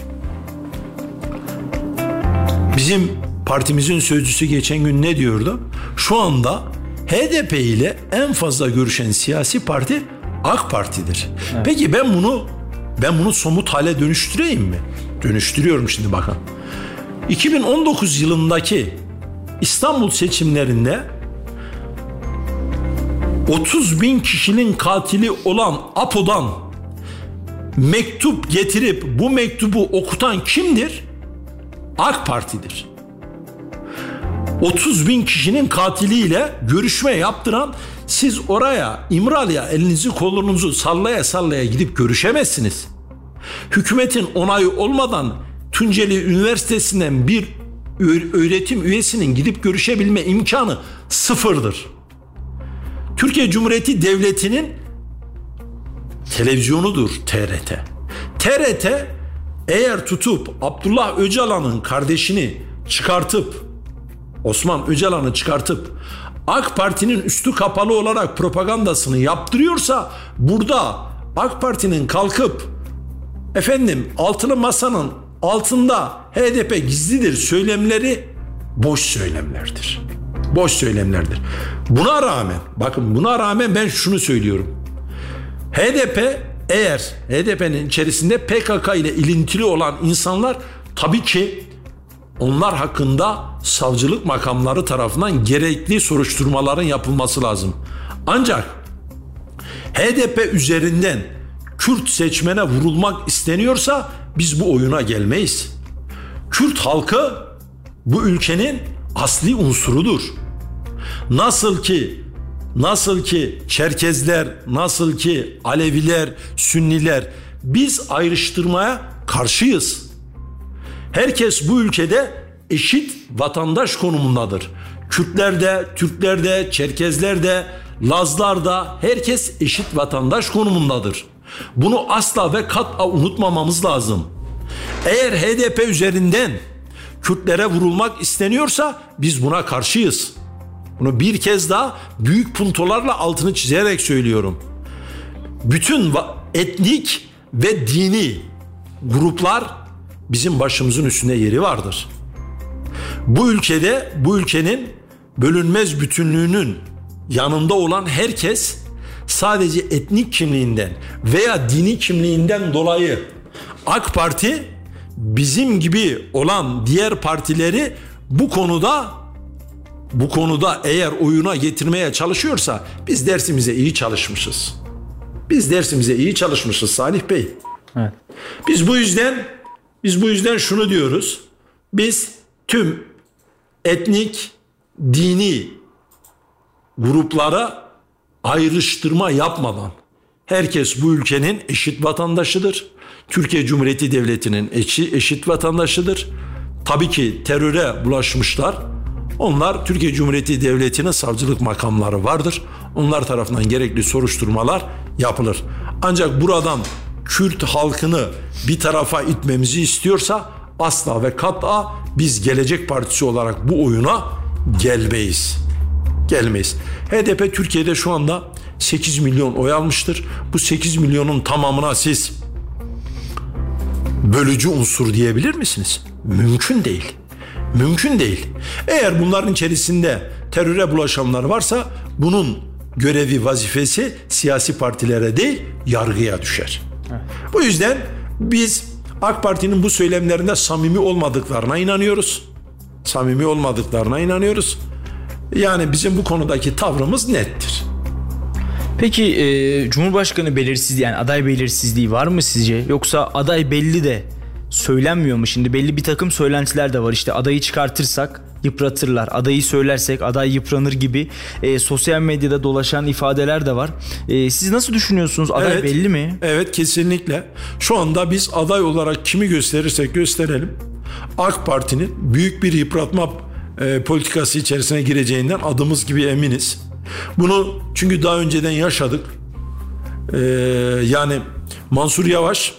Bizim partimizin sözcüsü geçen gün ne diyordu? Şu anda H D P ile en fazla görüşen siyasi parti AK Parti'dir. Evet. Peki ben bunu ben bunu somut hale dönüştüreyim mi? Dönüştürüyorum şimdi bakın. iki bin on dokuz yılındaki İstanbul seçimlerinde otuz bin kişinin katili olan APO'dan mektup getirip bu mektubu okutan kimdir? AK Parti'dir. otuz bin kişinin katiliyle görüşme yaptıran, siz oraya İmralı'ya elinizi kolunuzu sallaya sallaya gidip görüşemezsiniz. Hükümetin onayı olmadan Tunceli Üniversitesi'nden bir öğretim üyesinin gidip görüşebilme imkanı sıfırdır. Türkiye Cumhuriyeti Devleti'nin televizyonudur T R T. T R T eğer tutup Abdullah Öcalan'ın kardeşini çıkartıp, Osman Öcalan'ı çıkartıp AK Parti'nin üstü kapalı olarak propagandasını yaptırıyorsa, burada AK Parti'nin kalkıp efendim altılı masanın altında H D P gizlidir söylemleri boş söylemlerdir. Boş söylemlerdir. Buna rağmen, bakın buna rağmen ben şunu söylüyorum. H D P eğer H D P'nin içerisinde P K K ile ilintili olan insanlar, tabii ki onlar hakkında savcılık makamları tarafından gerekli soruşturmaların yapılması lazım. Ancak H D P üzerinden Kürt seçmene vurulmak isteniyorsa biz bu oyuna gelmeyiz. Kürt halkı bu ülkenin asli unsurudur. Nasıl ki nasıl ki Çerkezler, nasıl ki Aleviler, Sünniler, biz ayrıştırmaya karşıyız. Herkes bu ülkede eşit vatandaş konumundadır. Kürtler de, Türkler de, Çerkezler de, Lazlar da, herkes eşit vatandaş konumundadır. Bunu asla ve kat'a unutmamamız lazım. Eğer H D P üzerinden Kürtlere vurulmak isteniyorsa biz buna karşıyız. Bunu bir kez daha büyük puntolarla altını çizerek söylüyorum. Bütün etnik ve dini gruplar bizim başımızın üstünde yeri vardır. Bu ülkede, bu ülkenin bölünmez bütünlüğünün yanında olan herkes sadece etnik kimliğinden veya dini kimliğinden dolayı AK Parti bizim gibi olan diğer partileri bu konuda bu konuda eğer oyuna getirmeye çalışıyorsa biz dersimize iyi çalışmışız. Biz dersimize iyi çalışmışız Salih Bey. Evet. Biz bu yüzden biz bu yüzden şunu diyoruz. Biz tüm etnik, dini gruplara ayrıştırma yapmadan herkes bu ülkenin eşit vatandaşıdır. Türkiye Cumhuriyeti Devleti'nin eşit vatandaşıdır. Tabii ki teröre bulaşmışlar. Onlar Türkiye Cumhuriyeti Devleti'nin savcılık makamları vardır. Onlar tarafından gerekli soruşturmalar yapılır. Ancak buradan Kürt halkını bir tarafa itmemizi istiyorsa asla ve kat'a biz Gelecek Partisi olarak bu oyuna gelmeyiz. Gelmeyiz. H D P Türkiye'de şu anda sekiz milyon oy almıştır. Bu sekiz milyonun tamamına siz bölücü unsur diyebilir misiniz? Mümkün değil. Mümkün değil. Eğer bunların içerisinde teröre bulaşanlar varsa bunun görevi, vazifesi siyasi partilere değil, yargıya düşer. Evet. Bu yüzden biz AK Parti'nin bu söylemlerinde samimi olmadıklarına inanıyoruz. Samimi olmadıklarına inanıyoruz. Yani bizim bu konudaki tavrımız nettir. Peki e, Cumhurbaşkanı belirsizliği, yani aday belirsizliği var mı sizce? Yoksa aday belli de söylenmiyor mu? Şimdi belli bir takım söylentiler de var. İşte adayı çıkartırsak yıpratırlar, adayı söylersek aday yıpranır gibi e, sosyal medyada dolaşan ifadeler de var. E, siz nasıl düşünüyorsunuz? Aday evet, belli mi? Evet, kesinlikle. Şu anda biz aday olarak kimi gösterirsek gösterelim, AK Parti'nin büyük bir yıpratma e, politikası içerisine gireceğinden adımız gibi eminiz. Bunu çünkü daha önceden yaşadık. E, yani Mansur Yavaş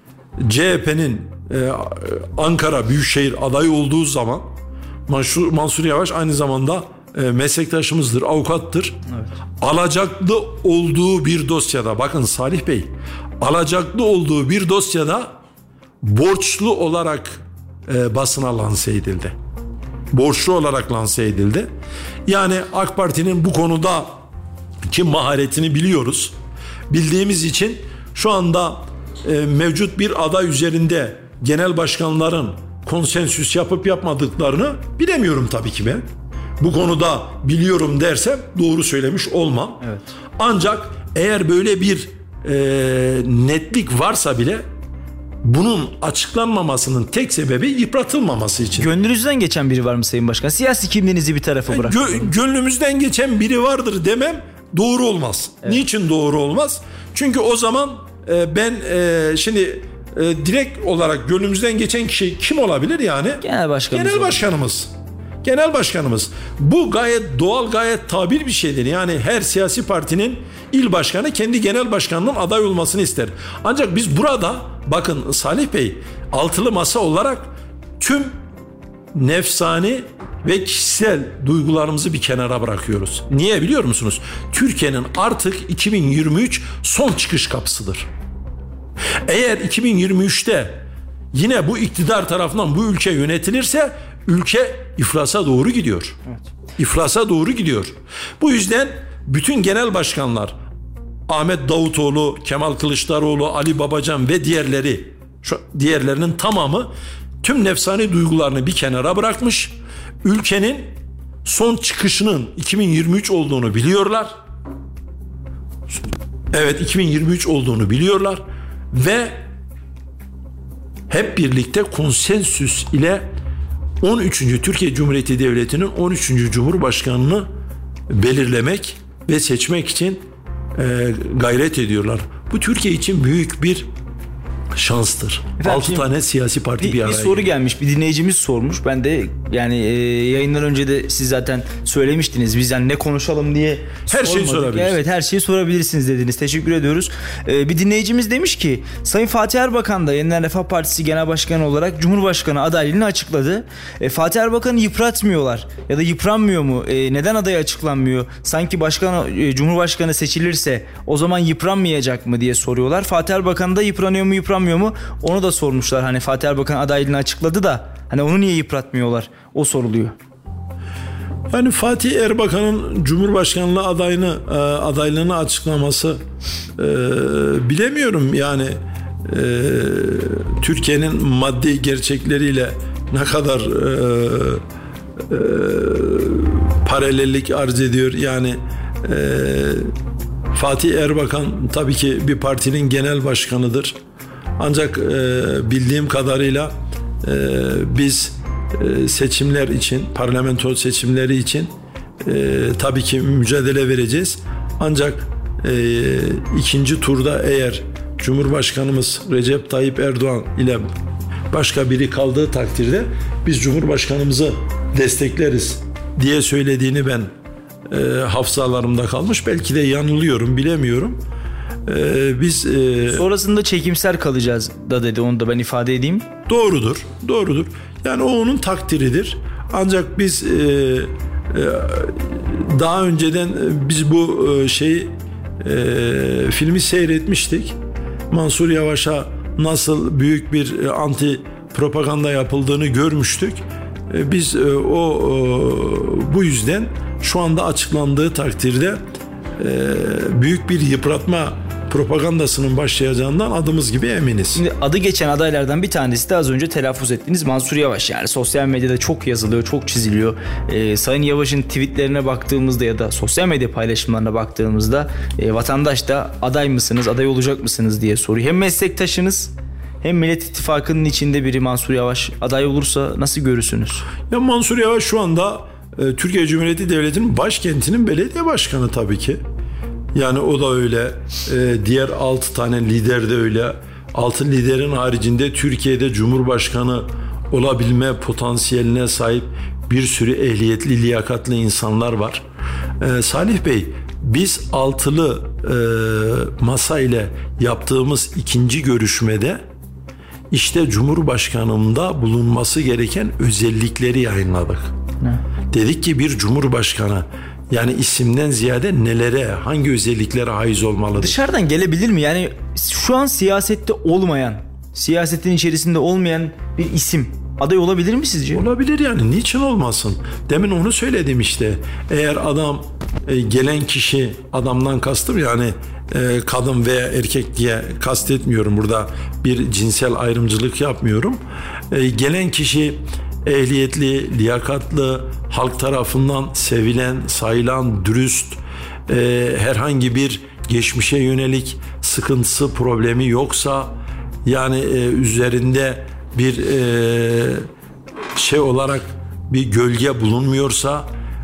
C H P'nin e, Ankara Büyükşehir adayı olduğu zaman Mansur, Mansur Yavaş aynı zamanda e, meslektaşımızdır, avukattır. Evet. Alacaklı olduğu bir dosyada, bakın Salih Bey, alacaklı olduğu bir dosyada borçlu olarak e, basına lanse edildi. Borçlu olarak lanse edildi. Yani AK Parti'nin bu konuda ki maharetini biliyoruz. Bildiğimiz için şu anda e, mevcut bir aday üzerinde genel başkanların konsensüs yapıp yapmadıklarını bilemiyorum tabii ki ben. Bu konuda biliyorum dersem doğru söylemiş olmam. Evet. Ancak eğer böyle bir e, netlik varsa bile bunun açıklanmamasının tek sebebi yıpratılmaması için. Gönlünüzden geçen biri var mı Sayın Başkan? Siyasi kimliğinizi bir tarafa bırakın. Gö- gönlümüzden geçen biri vardır demem doğru olmaz. Evet. Niçin doğru olmaz? Çünkü o zaman e, ben e, şimdi e, direkt olarak gönlümüzden geçen kişi kim olabilir yani? Genel başkanımız. Genel başkanımız. Genel başkanımız. Bu gayet doğal, gayet tabil bir şeydir. Yani her siyasi partinin il başkanı kendi genel başkanının aday olmasını ister. Ancak biz burada bakın Salih Bey, altılı masa olarak tüm nefsani ve kişisel duygularımızı bir kenara bırakıyoruz. Niye biliyor musunuz? Türkiye'nin artık iki bin yirmi üç son çıkış kapısıdır. Eğer iki bin yirmi üçte yine bu iktidar tarafından bu ülke yönetilirse ülke iflasa doğru gidiyor. Evet. İflasa doğru gidiyor. Bu yüzden bütün genel başkanlar, Ahmet Davutoğlu, Kemal Kılıçdaroğlu, Ali Babacan ve diğerleri, şu diğerlerinin tamamı tüm nefsani duygularını bir kenara bırakmış. Ülkenin son çıkışının iki bin yirmi üç olduğunu biliyorlar. Evet, iki bin yirmi üç olduğunu biliyorlar ve hep birlikte konsensüs ile on üçüncü Türkiye Cumhuriyeti Devleti'nin on üçüncü Cumhurbaşkanını belirlemek ve seçmek için e, gayret ediyorlar. Bu Türkiye için büyük bir şanstır. Altı tane siyasi parti bir, bir araya. Bir soru gelmiş, bir dinleyicimiz sormuş. Ben de yani e, yayından önce de siz zaten söylemiştiniz. Biz yani ne konuşalım diye her şeyi sorabilirsiniz. Evet, her şeyi sorabilirsiniz dediniz. Teşekkür ediyoruz. E, bir dinleyicimiz demiş ki Sayın Fatih Erbakan da Yeniden Refah Partisi Genel Başkanı olarak Cumhurbaşkanı adaylığını açıkladı. E, Fatih Erbakan'ı yıpratmıyorlar ya da yıpranmıyor mu? E, neden adayı açıklanmıyor? Sanki başkan e, Cumhurbaşkanı seçilirse o zaman yıpranmayacak mı diye soruyorlar. Fatih Erbakan da yıpranıyor mu yıpranmıyor mu? Onu da sormuşlar. Hani Fatih Erbakan adaylığını açıkladı da hani onu niye yıpratmıyorlar? O soruluyor. Yani Fatih Erbakan'ın Cumhurbaşkanlığı adayını e, adaylığını açıklaması e, bilemiyorum yani e, Türkiye'nin maddi gerçekleriyle ne kadar e, e, paralellik arz ediyor yani e, Fatih Erbakan tabii ki bir partinin genel başkanıdır. Ancak e, bildiğim kadarıyla e, biz e, seçimler için, parlamento seçimleri için e, tabii ki mücadele vereceğiz. Ancak e, ikinci turda eğer Cumhurbaşkanımız Recep Tayyip Erdoğan ile başka biri kaldığı takdirde biz Cumhurbaşkanımızı destekleriz diye söylediğini ben e, hafızalarımda kalmış. Belki de yanılıyorum, bilemiyorum. Ee, biz e, sonrasında çekimser kalacağız da dedi, onu da ben ifade edeyim. Doğrudur, doğrudur. Yani o onun takdiridir. Ancak biz e, e, daha önceden biz bu e, şeyi e, filmi seyretmiştik. Mansur Yavaş'a nasıl büyük bir e, anti propaganda yapıldığını görmüştük. E, biz e, o e, bu yüzden şu anda açıklandığı takdirde e, büyük bir yıpratma propagandasının başlayacağından adımız gibi eminiz. Şimdi adı geçen adaylardan bir tanesi de az önce telaffuz ettiğiniz Mansur Yavaş. Yani sosyal medyada çok yazılıyor, çok çiziliyor. Ee, Sayın Yavaş'ın tweetlerine baktığımızda ya da sosyal medya paylaşımlarına baktığımızda e, vatandaş da aday mısınız, aday olacak mısınız diye soruyor. Hem meslektaşınız hem Millet İttifakı'nın içinde biri Mansur Yavaş aday olursa nasıl görürsünüz? Ya Mansur Yavaş şu anda e, Türkiye Cumhuriyeti Devleti'nin başkentinin belediye başkanı tabii ki. Yani o da öyle. E, diğer altı tane lider de öyle. Altı liderin haricinde Türkiye'de Cumhurbaşkanı olabilme potansiyeline sahip bir sürü ehliyetli, liyakatli insanlar var. Ee, Salih Bey, biz altılı e, masa ile yaptığımız ikinci görüşmede işte Cumhurbaşkanımda bulunması gereken özellikleri yayınladık. Ne? Dedik ki bir Cumhurbaşkanı yani isimden ziyade nelere, hangi özelliklere haiz olmalıdır? Dışarıdan gelebilir mi? Yani şu an siyasette olmayan, siyasetin içerisinde olmayan bir isim aday olabilir mi sizce? Olabilir yani. Niçin olmasın? Demin onu söyledim işte. Eğer adam e, gelen kişi, adamdan kastım yani e, kadın veya erkek diye kastetmiyorum. Burada bir cinsel ayrımcılık yapmıyorum. E, gelen kişi ehliyetli, liyakatlı, halk tarafından sevilen, sayılan, dürüst, e, herhangi bir geçmişe yönelik sıkıntısı, problemi yoksa, yani e, üzerinde bir e, şey olarak bir gölge bulunmuyorsa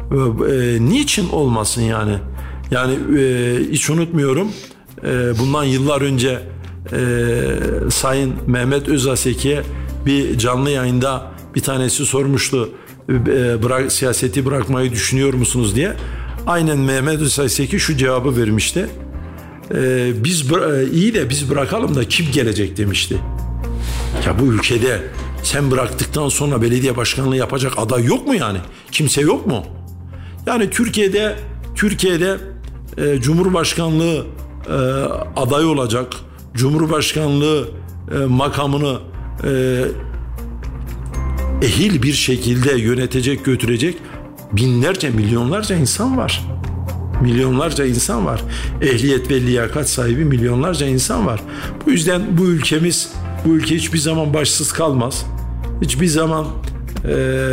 e, niçin olmasın yani? Yani e, hiç unutmuyorum, e, bundan yıllar önce e, Sayın Mehmet Özasek'e bir canlı yayında bir tanesi sormuştu, e, bırak, siyaseti bırakmayı düşünüyor musunuz diye. Aynen Mehmet Özasek'e şu cevabı vermişti. E, biz e, iyi de biz bırakalım da kim gelecek demişti. Ya bu ülkede sen bıraktıktan sonra belediye başkanlığı yapacak aday yok mu yani? Kimse yok mu? Yani Türkiye'de Türkiye'de e, Cumhurbaşkanlığı e, aday olacak, Cumhurbaşkanlığı e, makamını e, ehil bir şekilde yönetecek, götürecek binlerce, milyonlarca insan var. Milyonlarca insan var. Ehliyet ve liyakat sahibi milyonlarca insan var. Bu yüzden bu ülkemiz, bu ülke hiçbir zaman başsız kalmaz. Hiçbir zaman e,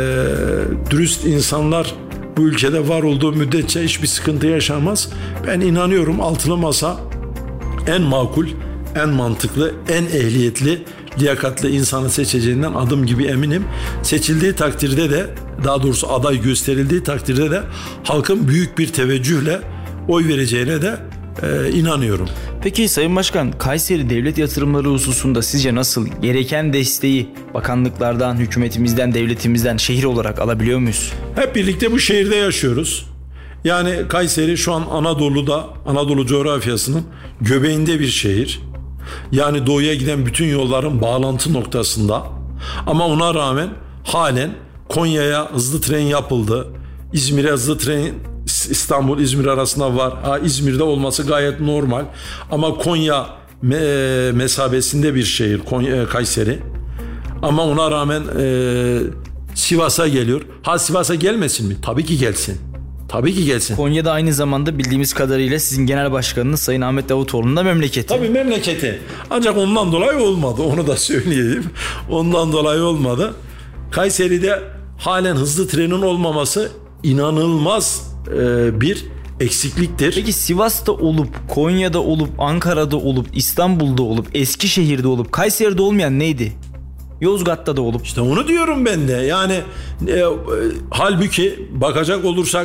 dürüst insanlar bu ülkede var olduğu müddetçe hiçbir sıkıntı yaşanmaz. Ben inanıyorum altılı masa en makul, en mantıklı, en ehliyetli, liyakatli insanı seçeceğinden adım gibi eminim. Seçildiği takdirde de, daha doğrusu aday gösterildiği takdirde de halkın büyük bir teveccühle oy vereceğine de e, inanıyorum. Peki Sayın Başkan, Kayseri devlet yatırımları hususunda sizce nasıl? Gereken desteği bakanlıklardan, hükümetimizden, devletimizden şehir olarak alabiliyor muyuz? Hep birlikte bu şehirde yaşıyoruz. Yani Kayseri şu an Anadolu'da, Anadolu coğrafyasının göbeğinde bir şehir. Yani doğuya giden bütün yolların bağlantı noktasında. Ama ona rağmen halen Konya'ya hızlı tren yapıldı. İzmir'e hızlı tren, İstanbul-İzmir arasında var. Ha, İzmir'de olması gayet normal. Ama Konya me- mesabesinde bir şehir Konya, Kayseri. Ama ona rağmen e, Sivas'a geliyor. Ha, Sivas'a gelmesin mi? Tabii ki gelsin. Tabii ki gelsin. Konya'da aynı zamanda bildiğimiz kadarıyla sizin genel başkanınız Sayın Ahmet Davutoğlu'nun da memleketi. Tabii memleketi. Ancak ondan dolayı olmadı. Onu da söyleyeyim. Ondan dolayı olmadı. Kayseri'de halen hızlı trenin olmaması inanılmaz e, bir eksikliktir. Peki Sivas'ta olup, Konya'da olup, Ankara'da olup, İstanbul'da olup, Eskişehir'de olup, Kayseri'de olmayan neydi? Yozgat'ta da olup. İşte onu diyorum ben de. Yani e, e, halbuki bakacak olursak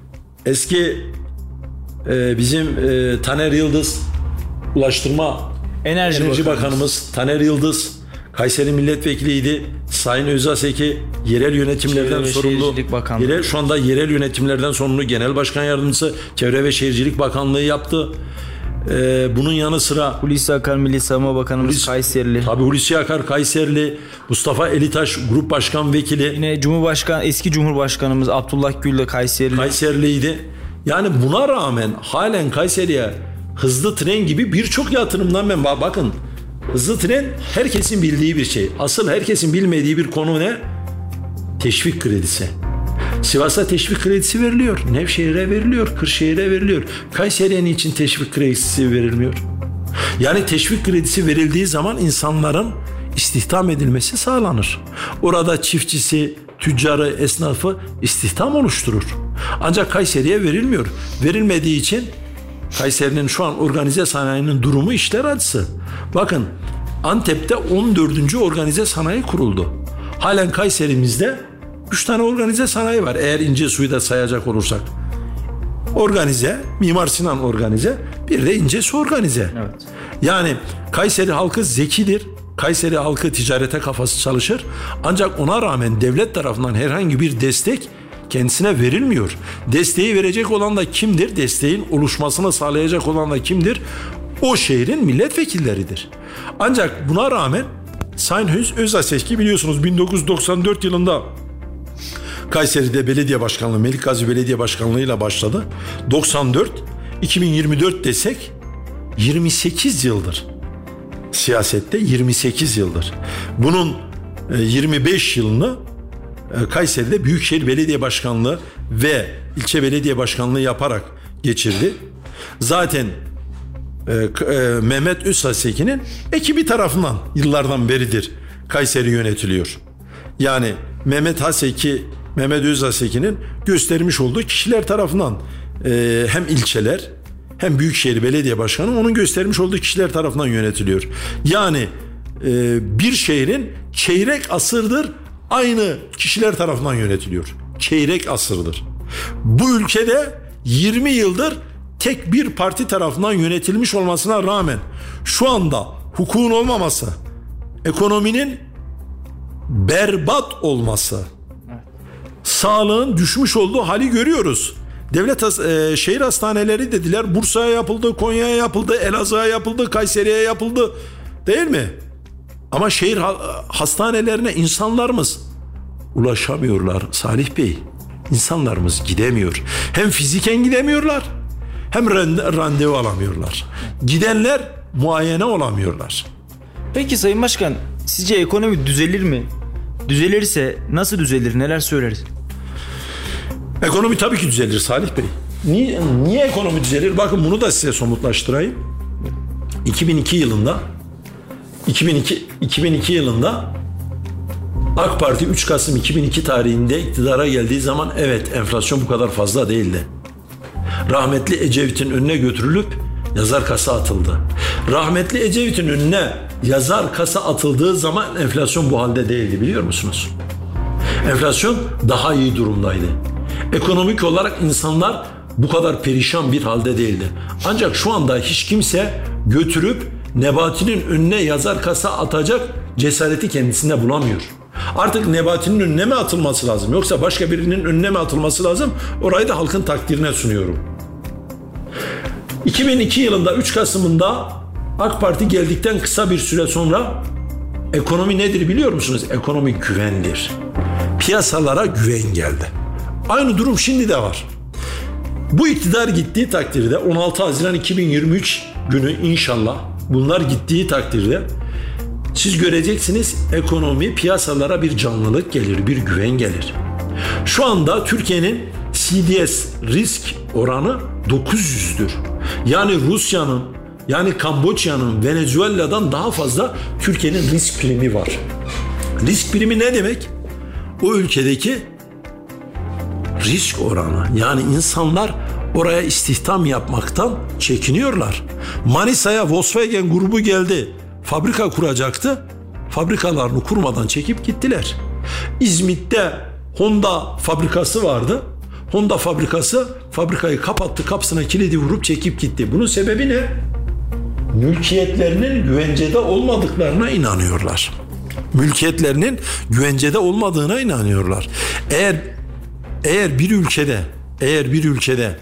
eski e, bizim e, Taner Yıldız Ulaştırma Enerji, Enerji Bakanımız. Bakanımız Taner Yıldız Kayseri milletvekiliydi. Sayın Özaseki yerel yönetimlerden sorumlu. Yerel, şu anda yerel yönetimlerden sorumlu genel başkan yardımcısı, Çevre ve Şehircilik Bakanlığı yaptı. Ee, bunun yanı sıra Hulusi Akar Milli Savunma Bakanımız Hulusi, Kayserili. Tabii Hulusi Akar Kayserili. Mustafa Elitaş Grup Başkan Vekili. Yine Cumhurbaşkanı, eski Cumhurbaşkanımız Abdullah Gül de Kayserili. Kayseriliydi. Yani buna rağmen halen Kayseri'ye hızlı tren gibi birçok yatırımdan ben bakın. Hızlı tren herkesin bildiği bir şey. Asıl herkesin bilmediği bir konu ne? Teşvik kredisi. Sivas'a teşvik kredisi veriliyor. Nevşehir'e veriliyor. Kırşehir'e veriliyor. Kayseri'ye niçin teşvik kredisi verilmiyor? Yani teşvik kredisi verildiği zaman insanların istihdam edilmesi sağlanır. Orada çiftçisi, tüccarı, esnafı istihdam oluşturur. Ancak Kayseri'ye verilmiyor. Verilmediği için Kayseri'nin şu an organize sanayinin durumu işler acısı. Bakın Antep'te on dördüncü organize sanayi kuruldu. Halen Kayserimizde üç tane organize sanayi var eğer İncesu'yu da sayacak olursak. Organize, Mimar Sinan organize, bir de İncesu organize. Evet. Yani Kayseri halkı zekidir. Kayseri halkı ticarete kafası çalışır. Ancak ona rağmen devlet tarafından herhangi bir destek kendisine verilmiyor. Desteği verecek olan da kimdir? Desteğin oluşmasını sağlayacak olan da kimdir? O şehrin milletvekilleridir. Ancak buna rağmen Sayın Özaseki biliyorsunuz bin dokuz yüz doksan dört yılında Kayseri'de belediye başkanlığı, Melikgazi Belediye Başkanlığı ile başladı. doksan dört, iki bin yirmi dört desek yirmi sekiz yıldır. Siyasette yirmi sekiz yıldır. Bunun yirmi beş yılını Kayseri'de Büyükşehir Belediye Başkanlığı ve ilçe belediye başkanlığı yaparak geçirdi. Zaten Mehmet Özhaseki'nin ekibi tarafından yıllardan beridir Kayseri yönetiliyor. Yani Mehmet Haseki, Mehmet Özhaseki'nin göstermiş olduğu kişiler tarafından hem ilçeler hem Büyükşehir Belediye Başkanı onun göstermiş olduğu kişiler tarafından yönetiliyor. Yani bir şehrin çeyrek asırdır aynı kişiler tarafından yönetiliyor. Çeyrek asırdır. Bu ülkede yirmi yıldır tek bir parti tarafından yönetilmiş olmasına rağmen şu anda hukukun olmaması, ekonominin berbat olması, sağlığın düşmüş olduğu hali görüyoruz. Devlet e, şehir hastaneleri dediler, Bursa'ya yapıldı, Konya'ya yapıldı, Elazığ'a yapıldı, Kayseri'ye yapıldı, değil mi? Ama şehir ha- hastanelerine insanlarımız ulaşamıyorlar Salih Bey. İnsanlarımız gidemiyor. Hem fiziken gidemiyorlar, hem rand- randevu alamıyorlar. Gidenler muayene olamıyorlar. Peki Sayın Başkan, sizce ekonomi düzelir mi? Düzelirse nasıl düzelir? Neler söyleriz? Ekonomi tabii ki düzelir Salih Bey. Niye, niye ekonomi düzelir? Bakın bunu da size somutlaştırayım. iki bin iki yılında iki bin iki, iki bin iki yılında AK Parti üç Kasım iki bin iki tarihinde iktidara geldiği zaman evet enflasyon bu kadar fazla değildi. Rahmetli Ecevit'in önüne götürülüp yazar kasa atıldı. Rahmetli Ecevit'in önüne yazar kasa atıldığı zaman enflasyon bu halde değildi, biliyor musunuz? Enflasyon daha iyi durumdaydı. Ekonomik olarak insanlar bu kadar perişan bir halde değildi. Ancak şu anda hiç kimse götürüp Nebati'nin önüne yazar kasa atacak cesareti kendisinde bulamıyor. Artık Nebati'nin önüne mi atılması lazım yoksa başka birinin önüne mi atılması lazım? Orayı da halkın takdirine sunuyorum. iki bin iki yılında üç Kasım'ında AK Parti geldikten kısa bir süre sonra ekonomi nedir biliyor musunuz? Ekonomi güvendir. Piyasalara güven geldi. Aynı durum şimdi de var. Bu iktidar gittiği takdirde on altı Haziran iki bin yirmi üç günü inşallah bunlar gittiği takdirde siz göreceksiniz ekonomi piyasalara bir canlılık gelir, bir güven gelir. Şu anda Türkiye'nin C D S risk oranı dokuz yüzdür. Yani Rusya'nın, yani Kamboçya'nın, Venezuela'dan daha fazla Türkiye'nin risk primi var. Risk primi ne demek? O ülkedeki risk oranı. Yani insanlar oraya istihdam yapmaktan çekiniyorlar. Manisa'ya Volkswagen grubu geldi. Fabrika kuracaktı. Fabrikalarını kurmadan çekip gittiler. İzmit'te Honda fabrikası vardı. Honda fabrikası fabrikayı kapattı, kapısına kilidi vurup çekip gitti. Bunun sebebi ne? Mülkiyetlerinin güvencede olmadıklarına inanıyorlar. Mülkiyetlerinin güvencede olmadığına inanıyorlar. Eğer eğer bir ülkede eğer bir ülkede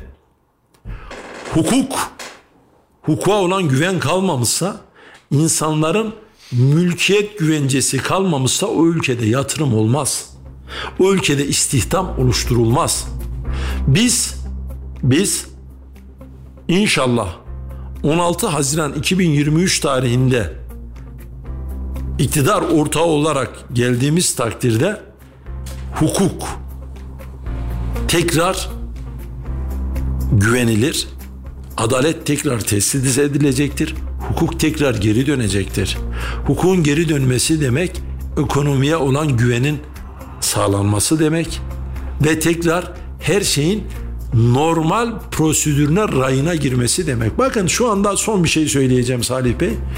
hukuk hukuka olan güven kalmamışsa, insanların mülkiyet güvencesi kalmamışsa o ülkede yatırım olmaz. O ülkede istihdam oluşturulmaz. Biz biz inşallah on altı Haziran iki bin yirmi üç tarihinde iktidar ortağı olarak geldiğimiz takdirde hukuk tekrar güvenilir, adalet tekrar tesis edilecektir, hukuk tekrar geri dönecektir. Hukukun geri dönmesi demek ekonomiye olan güvenin sağlanması demek ve tekrar her şeyin normal prosedürüne, rayına girmesi demek. Bakın şu anda son bir şey söyleyeceğim Salih Bey.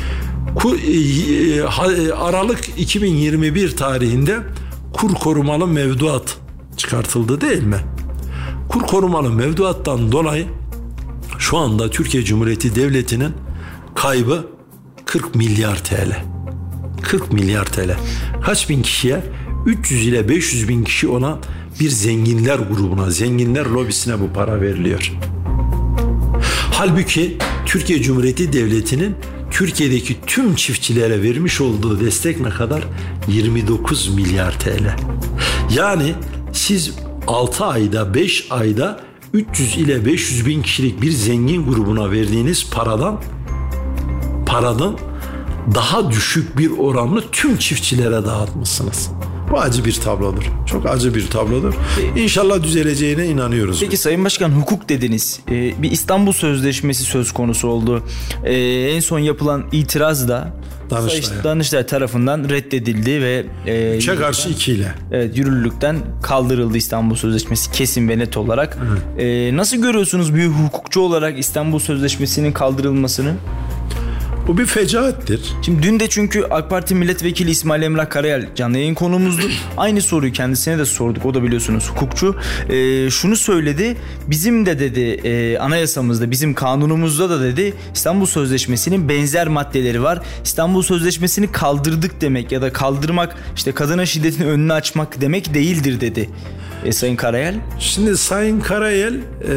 Aralık iki bin yirmi bir tarihinde kur korumalı mevduat çıkartıldı değil mi? Kur korumalı mevduattan dolayı şu anda Türkiye Cumhuriyeti Devleti'nin kaybı kırk milyar T L. kırk milyar T L. Kaç bin kişiye? üç yüz ile beş yüz bin kişi olan bir zenginler grubuna, zenginler lobisine bu para veriliyor. Halbuki Türkiye Cumhuriyeti Devleti'nin Türkiye'deki tüm çiftçilere vermiş olduğu destek ne kadar? yirmi dokuz milyar T L. Yani siz altı ayda, beş ayda üç yüz ile beş yüz bin kişilik bir zengin grubuna verdiğiniz paradan paradan daha düşük bir oranını tüm çiftçilere dağıtmışsınız. Bu acı bir tablodur. Çok acı bir tablodur. İnşallah düzeleceğine inanıyoruz. Peki Sayın Başkan, hukuk dediniz. Ee, bir İstanbul Sözleşmesi söz konusu oldu. Ee, en son yapılan itiraz da Danıştay, Danıştay tarafından reddedildi ve e, üçe karşı iki ile. Evet, yürürlükten kaldırıldı İstanbul Sözleşmesi kesin ve net olarak. Ee, nasıl görüyorsunuz bir hukukçu olarak İstanbul Sözleşmesi'nin kaldırılmasını? Bu bir fecaattir. Şimdi dün de çünkü AK Parti Milletvekili İsmail Emrah Karayel canlı yayın konuğumuzdu. Aynı soruyu kendisine de sorduk. O da biliyorsunuz hukukçu. Ee, şunu söyledi. Bizim de dedi e, anayasamızda, bizim kanunumuzda da dedi İstanbul Sözleşmesi'nin benzer maddeleri var. İstanbul Sözleşmesi'ni kaldırdık demek ya da kaldırmak işte kadına şiddetin önünü açmak demek değildir dedi e, Sayın Karayel. Şimdi Sayın Karayel e,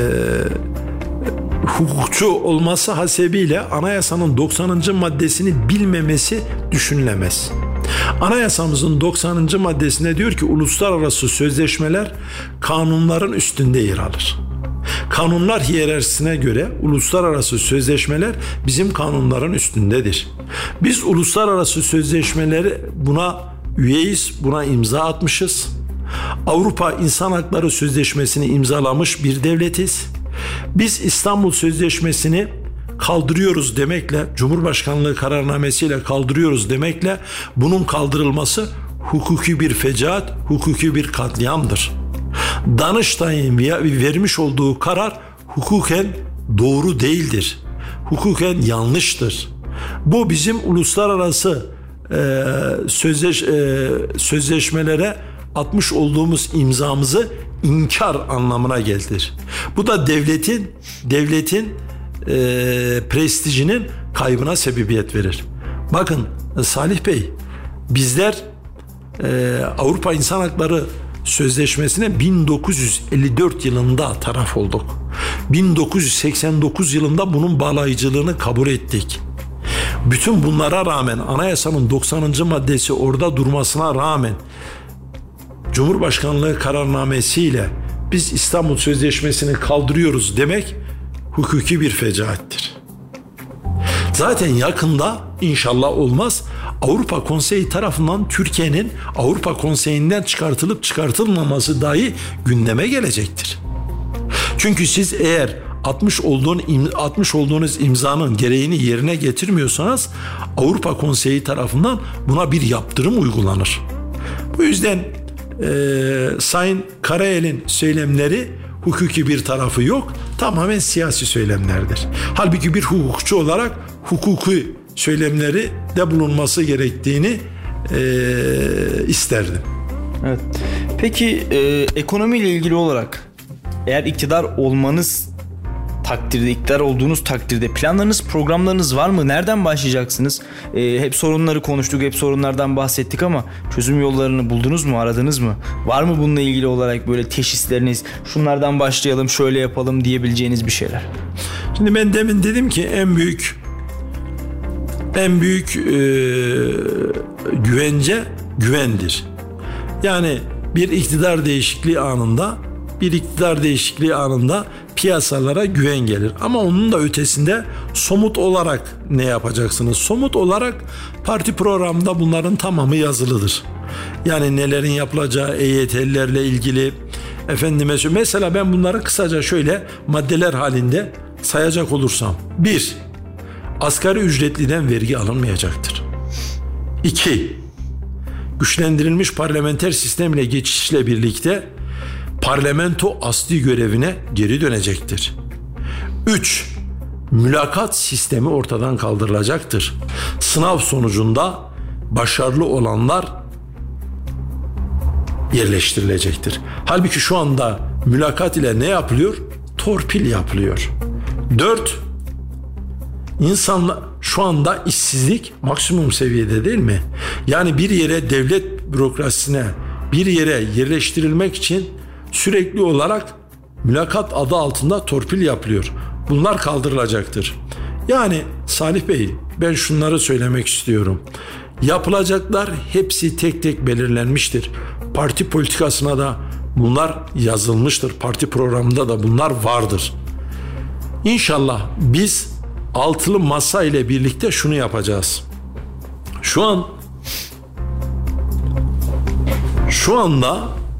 hukukçu olması hasebiyle anayasanın doksanıncı maddesini bilmemesi düşünülemez. Anayasamızın doksanıncı maddesinde diyor ki uluslararası sözleşmeler kanunların üstünde yer alır. Kanunlar hiyerarşisine göre uluslararası sözleşmeler bizim kanunların üstündedir. Biz uluslararası sözleşmeleri buna üyeyiz, buna imza atmışız. Avrupa İnsan Hakları Sözleşmesi'ni imzalamış bir devletiz. Biz İstanbul Sözleşmesi'ni kaldırıyoruz demekle, Cumhurbaşkanlığı kararnamesiyle kaldırıyoruz demekle bunun kaldırılması hukuki bir fecaat, hukuki bir katliamdır. Danıştay'ın vermiş olduğu karar hukuken doğru değildir. Hukuken yanlıştır. Bu bizim uluslararası e, sözleş, e, sözleşmelere atmış olduğumuz imzamızı inkar anlamına gelir. Bu da devletin devletin e, prestijinin kaybına sebebiyet verir. Bakın Salih Bey, bizler e, Avrupa İnsan Hakları Sözleşmesi'ne bin dokuz yüz elli dört yılında taraf olduk. bin dokuz yüz seksen dokuz yılında bunun bağlayıcılığını kabul ettik. Bütün bunlara rağmen anayasanın doksanıncı maddesi orada durmasına rağmen Cumhurbaşkanlığı kararnamesiyle biz İstanbul Sözleşmesi'ni kaldırıyoruz demek hukuki bir fecaattir. Zaten yakında inşallah olmaz Avrupa Konseyi tarafından Türkiye'nin Avrupa Konseyi'nden çıkartılıp çıkartılmaması dahi gündeme gelecektir. Çünkü siz eğer atmış olduğun atmış olduğunuz imzanın gereğini yerine getirmiyorsanız Avrupa Konseyi tarafından buna bir yaptırım uygulanır. Bu yüzden Ee, Sayın Karayel'in söylemleri hukuki bir tarafı yok, tamamen siyasi söylemlerdir. Halbuki bir hukukçu olarak hukuki söylemleri de bulunması gerektiğini e, isterdim. Evet. Peki e, ekonomiyle ilgili olarak eğer iktidar olmanız takdirde, iktidar olduğunuz takdirde planlarınız, programlarınız var mı? Nereden başlayacaksınız? Ee, hep sorunları konuştuk, hep sorunlardan bahsettik ama çözüm yollarını buldunuz mu, aradınız mı? Var mı bununla ilgili olarak böyle teşhisleriniz, şunlardan başlayalım, şöyle yapalım diyebileceğiniz bir şeyler? Şimdi ben demin dedim ki en büyük en büyük e, güvence güvendir. Yani bir iktidar değişikliği anında bir iktidar değişikliği anında piyasalara güven gelir. Ama onun da ötesinde somut olarak ne yapacaksınız? Somut olarak parti programında bunların tamamı yazılıdır. Yani nelerin yapılacağı, E Y T'lilerle ilgili efendime mesela ben bunları kısaca şöyle maddeler halinde sayacak olursam. Bir, asgari ücretliden vergi alınmayacaktır. İki, güçlendirilmiş parlamenter sistemle geçişle birlikte parlamento asli görevine geri dönecektir. üç. mülakat sistemi ortadan kaldırılacaktır. Sınav sonucunda başarılı olanlar yerleştirilecektir. Halbuki şu anda mülakat ile ne yapılıyor? Torpil yapılıyor. Dört, insanlar şu anda işsizlik maksimum seviyede değil mi? Yani bir yere devlet bürokrasisine, bir yere yerleştirilmek için sürekli olarak mülakat adı altında torpil yapılıyor. Bunlar kaldırılacaktır. Yani Salih Bey, ben şunları söylemek istiyorum. Yapılacaklar hepsi tek tek belirlenmiştir. Parti politikasına da bunlar yazılmıştır. Parti programında da bunlar vardır. İnşallah biz altılı masa ile birlikte şunu yapacağız. Şu an şu anda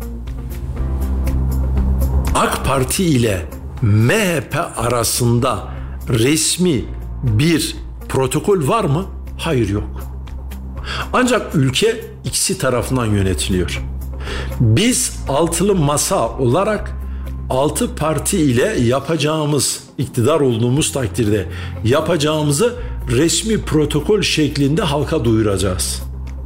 AK Parti ile M H P arasında resmi bir protokol var mı? Hayır, yok. Ancak ülke ikisi tarafından yönetiliyor. Biz altılı masa olarak altı parti ile yapacağımız, iktidar olduğumuz takdirde yapacağımızı resmi protokol şeklinde halka duyuracağız.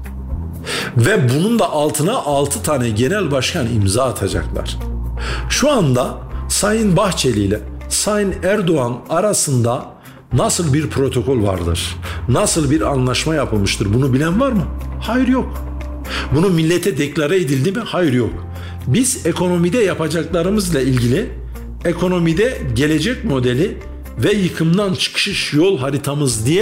Ve bunun da altına altı tane genel başkan imza atacaklar. Şu anda Sayın Bahçeli ile Sayın Erdoğan arasında nasıl bir protokol vardır? Nasıl bir anlaşma yapılmıştır? Bunu bilen var mı? Hayır, yok. Bunu millete deklare edildi mi? Hayır, yok. Biz ekonomide yapacaklarımızla ilgili ekonomide gelecek modeli ve yıkımdan çıkış yol haritamız diye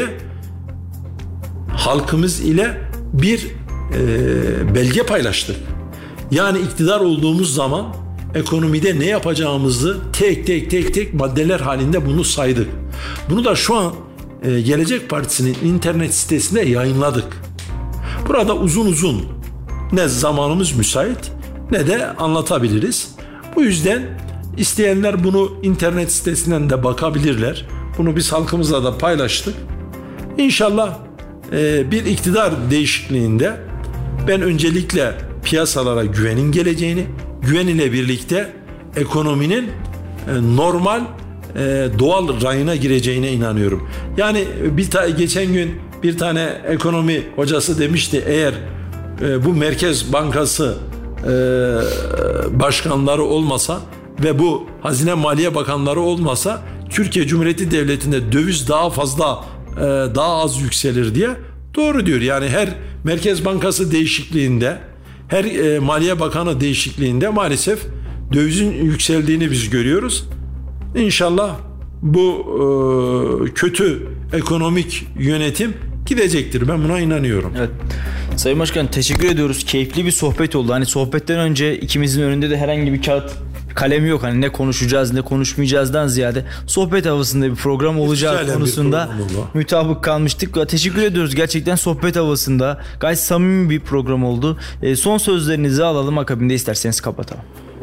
halkımız ile bir e, belge paylaştık. Yani iktidar olduğumuz zaman ekonomide ne yapacağımızı tek tek tek tek maddeler halinde bunu saydık. Bunu da şu an e, Gelecek Partisi'nin internet sitesinde yayınladık. Burada uzun uzun ne zamanımız müsait ne de anlatabiliriz. Bu yüzden isteyenler bunu internet sitesinden de bakabilirler. Bunu biz halkımızla da paylaştık. İnşallah e, bir iktidar değişikliğinde ben öncelikle piyasalara güvenin geleceğini, güven ile birlikte ekonominin e, normal e, doğal rayına gireceğine inanıyorum. Yani bir ta- geçen gün bir tane ekonomi hocası demişti, eğer e, bu Merkez Bankası e, başkanları olmasa ve bu Hazine Maliye Bakanları olmasa Türkiye Cumhuriyeti Devleti'nde döviz daha fazla e, daha az yükselir diye. Doğru diyor. Yani her Merkez Bankası değişikliğinde, her e, Maliye Bakanı değişikliğinde maalesef dövizin yükseldiğini biz görüyoruz. İnşallah bu e, kötü ekonomik yönetim gidecektir. Ben buna inanıyorum. Evet. Sayın Başkan, teşekkür ediyoruz. Keyifli bir sohbet oldu. Hani sohbetten önce ikimizin önünde de herhangi bir kağıt kalem yok. Hani ne konuşacağız ne konuşmayacağızdan ziyade sohbet havasında bir program olacağı Güzel konusunda mutabık kalmıştık. Teşekkür ediyoruz. Gerçekten sohbet havasında gayet samimi bir program oldu. E, son sözlerinizi alalım, akabinde isterseniz kapatalım.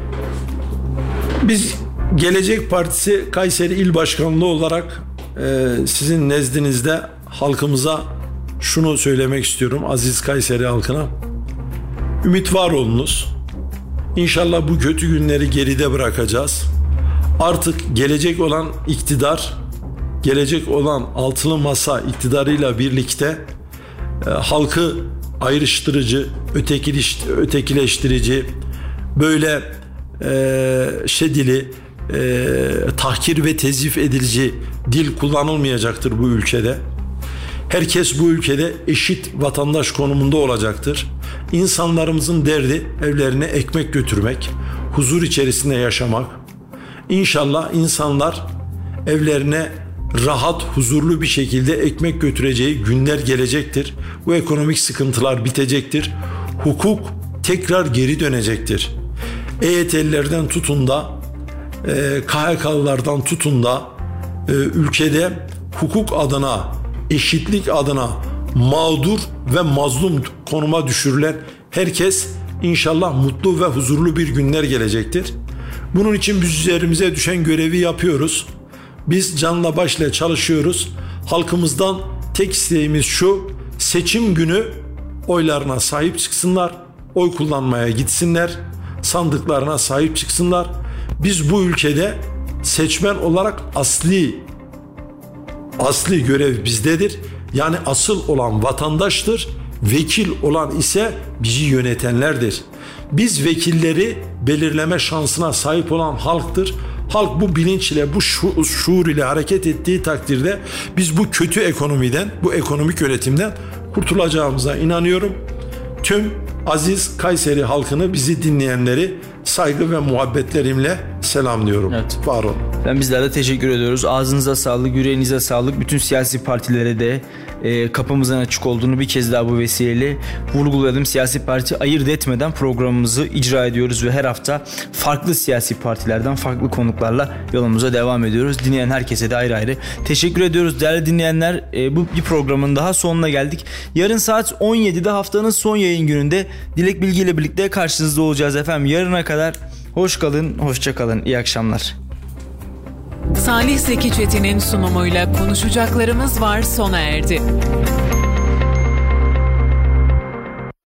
Biz Gelecek Partisi Kayseri İl Başkanlığı olarak e, sizin nezdinizde halkımıza şunu söylemek istiyorum, aziz Kayseri halkına. Ümit var olunuz. İnşallah bu kötü günleri geride bırakacağız. Artık gelecek olan iktidar, gelecek olan altılı masa iktidarıyla birlikte e, halkı ayrıştırıcı, ötekileştirici, böyle e, şedili, e, tahkir ve tezif edici dil kullanılmayacaktır bu ülkede. Herkes bu ülkede eşit vatandaş konumunda olacaktır. İnsanlarımızın derdi evlerine ekmek götürmek, huzur içerisinde yaşamak. İnşallah insanlar evlerine rahat, huzurlu bir şekilde ekmek götüreceği günler gelecektir. Bu ekonomik sıkıntılar bitecektir. Hukuk tekrar geri dönecektir. E Y T'lilerden tutun da, K H K'lılardan tutun da ülkede hukuk adına, eşitlik adına mağdur ve mazlum konuma düşürülen herkes inşallah mutlu ve huzurlu bir günler gelecektir. Bunun için biz üzerimize düşen görevi yapıyoruz. Biz canla başla çalışıyoruz. Halkımızdan tek isteğimiz şu: seçim günü oylarına sahip çıksınlar, oy kullanmaya gitsinler, sandıklarına sahip çıksınlar. Biz bu ülkede seçmen olarak asli asli görev bizdedir. Yani asıl olan vatandaştır. Vekil olan ise bizi yönetenlerdir. Biz vekilleri belirleme şansına sahip olan halktır. Halk bu bilinç ile, bu şu- şuur ile hareket ettiği takdirde biz bu kötü ekonomiden, bu ekonomik yönetimden kurtulacağımıza inanıyorum. Tüm aziz Kayseri halkını, bizi dinleyenleri saygı ve muhabbetlerimle selamlıyorum. Evet. Var olun. Ben bizler de teşekkür ediyoruz. Ağzınıza sağlık, yüreğinize sağlık. Bütün siyasi partilere de e, kapımızın açık olduğunu bir kez daha bu vesileyle vurguladım. Siyasi parti ayırt etmeden programımızı icra ediyoruz ve her hafta farklı siyasi partilerden farklı konuklarla yolumuza devam ediyoruz. Dinleyen herkese de ayrı ayrı teşekkür ediyoruz. Değerli dinleyenler, e, bu bir programın daha sonuna geldik. Yarın saat on yedide haftanın son yayın gününde Dilek Bilgi ile birlikte karşınızda olacağız efendim. Yarına kadar hoş kalın, hoşça kalın. İyi akşamlar. Salih Zeki Çetin'in sunumuyla konuşacaklarımız var sona erdi.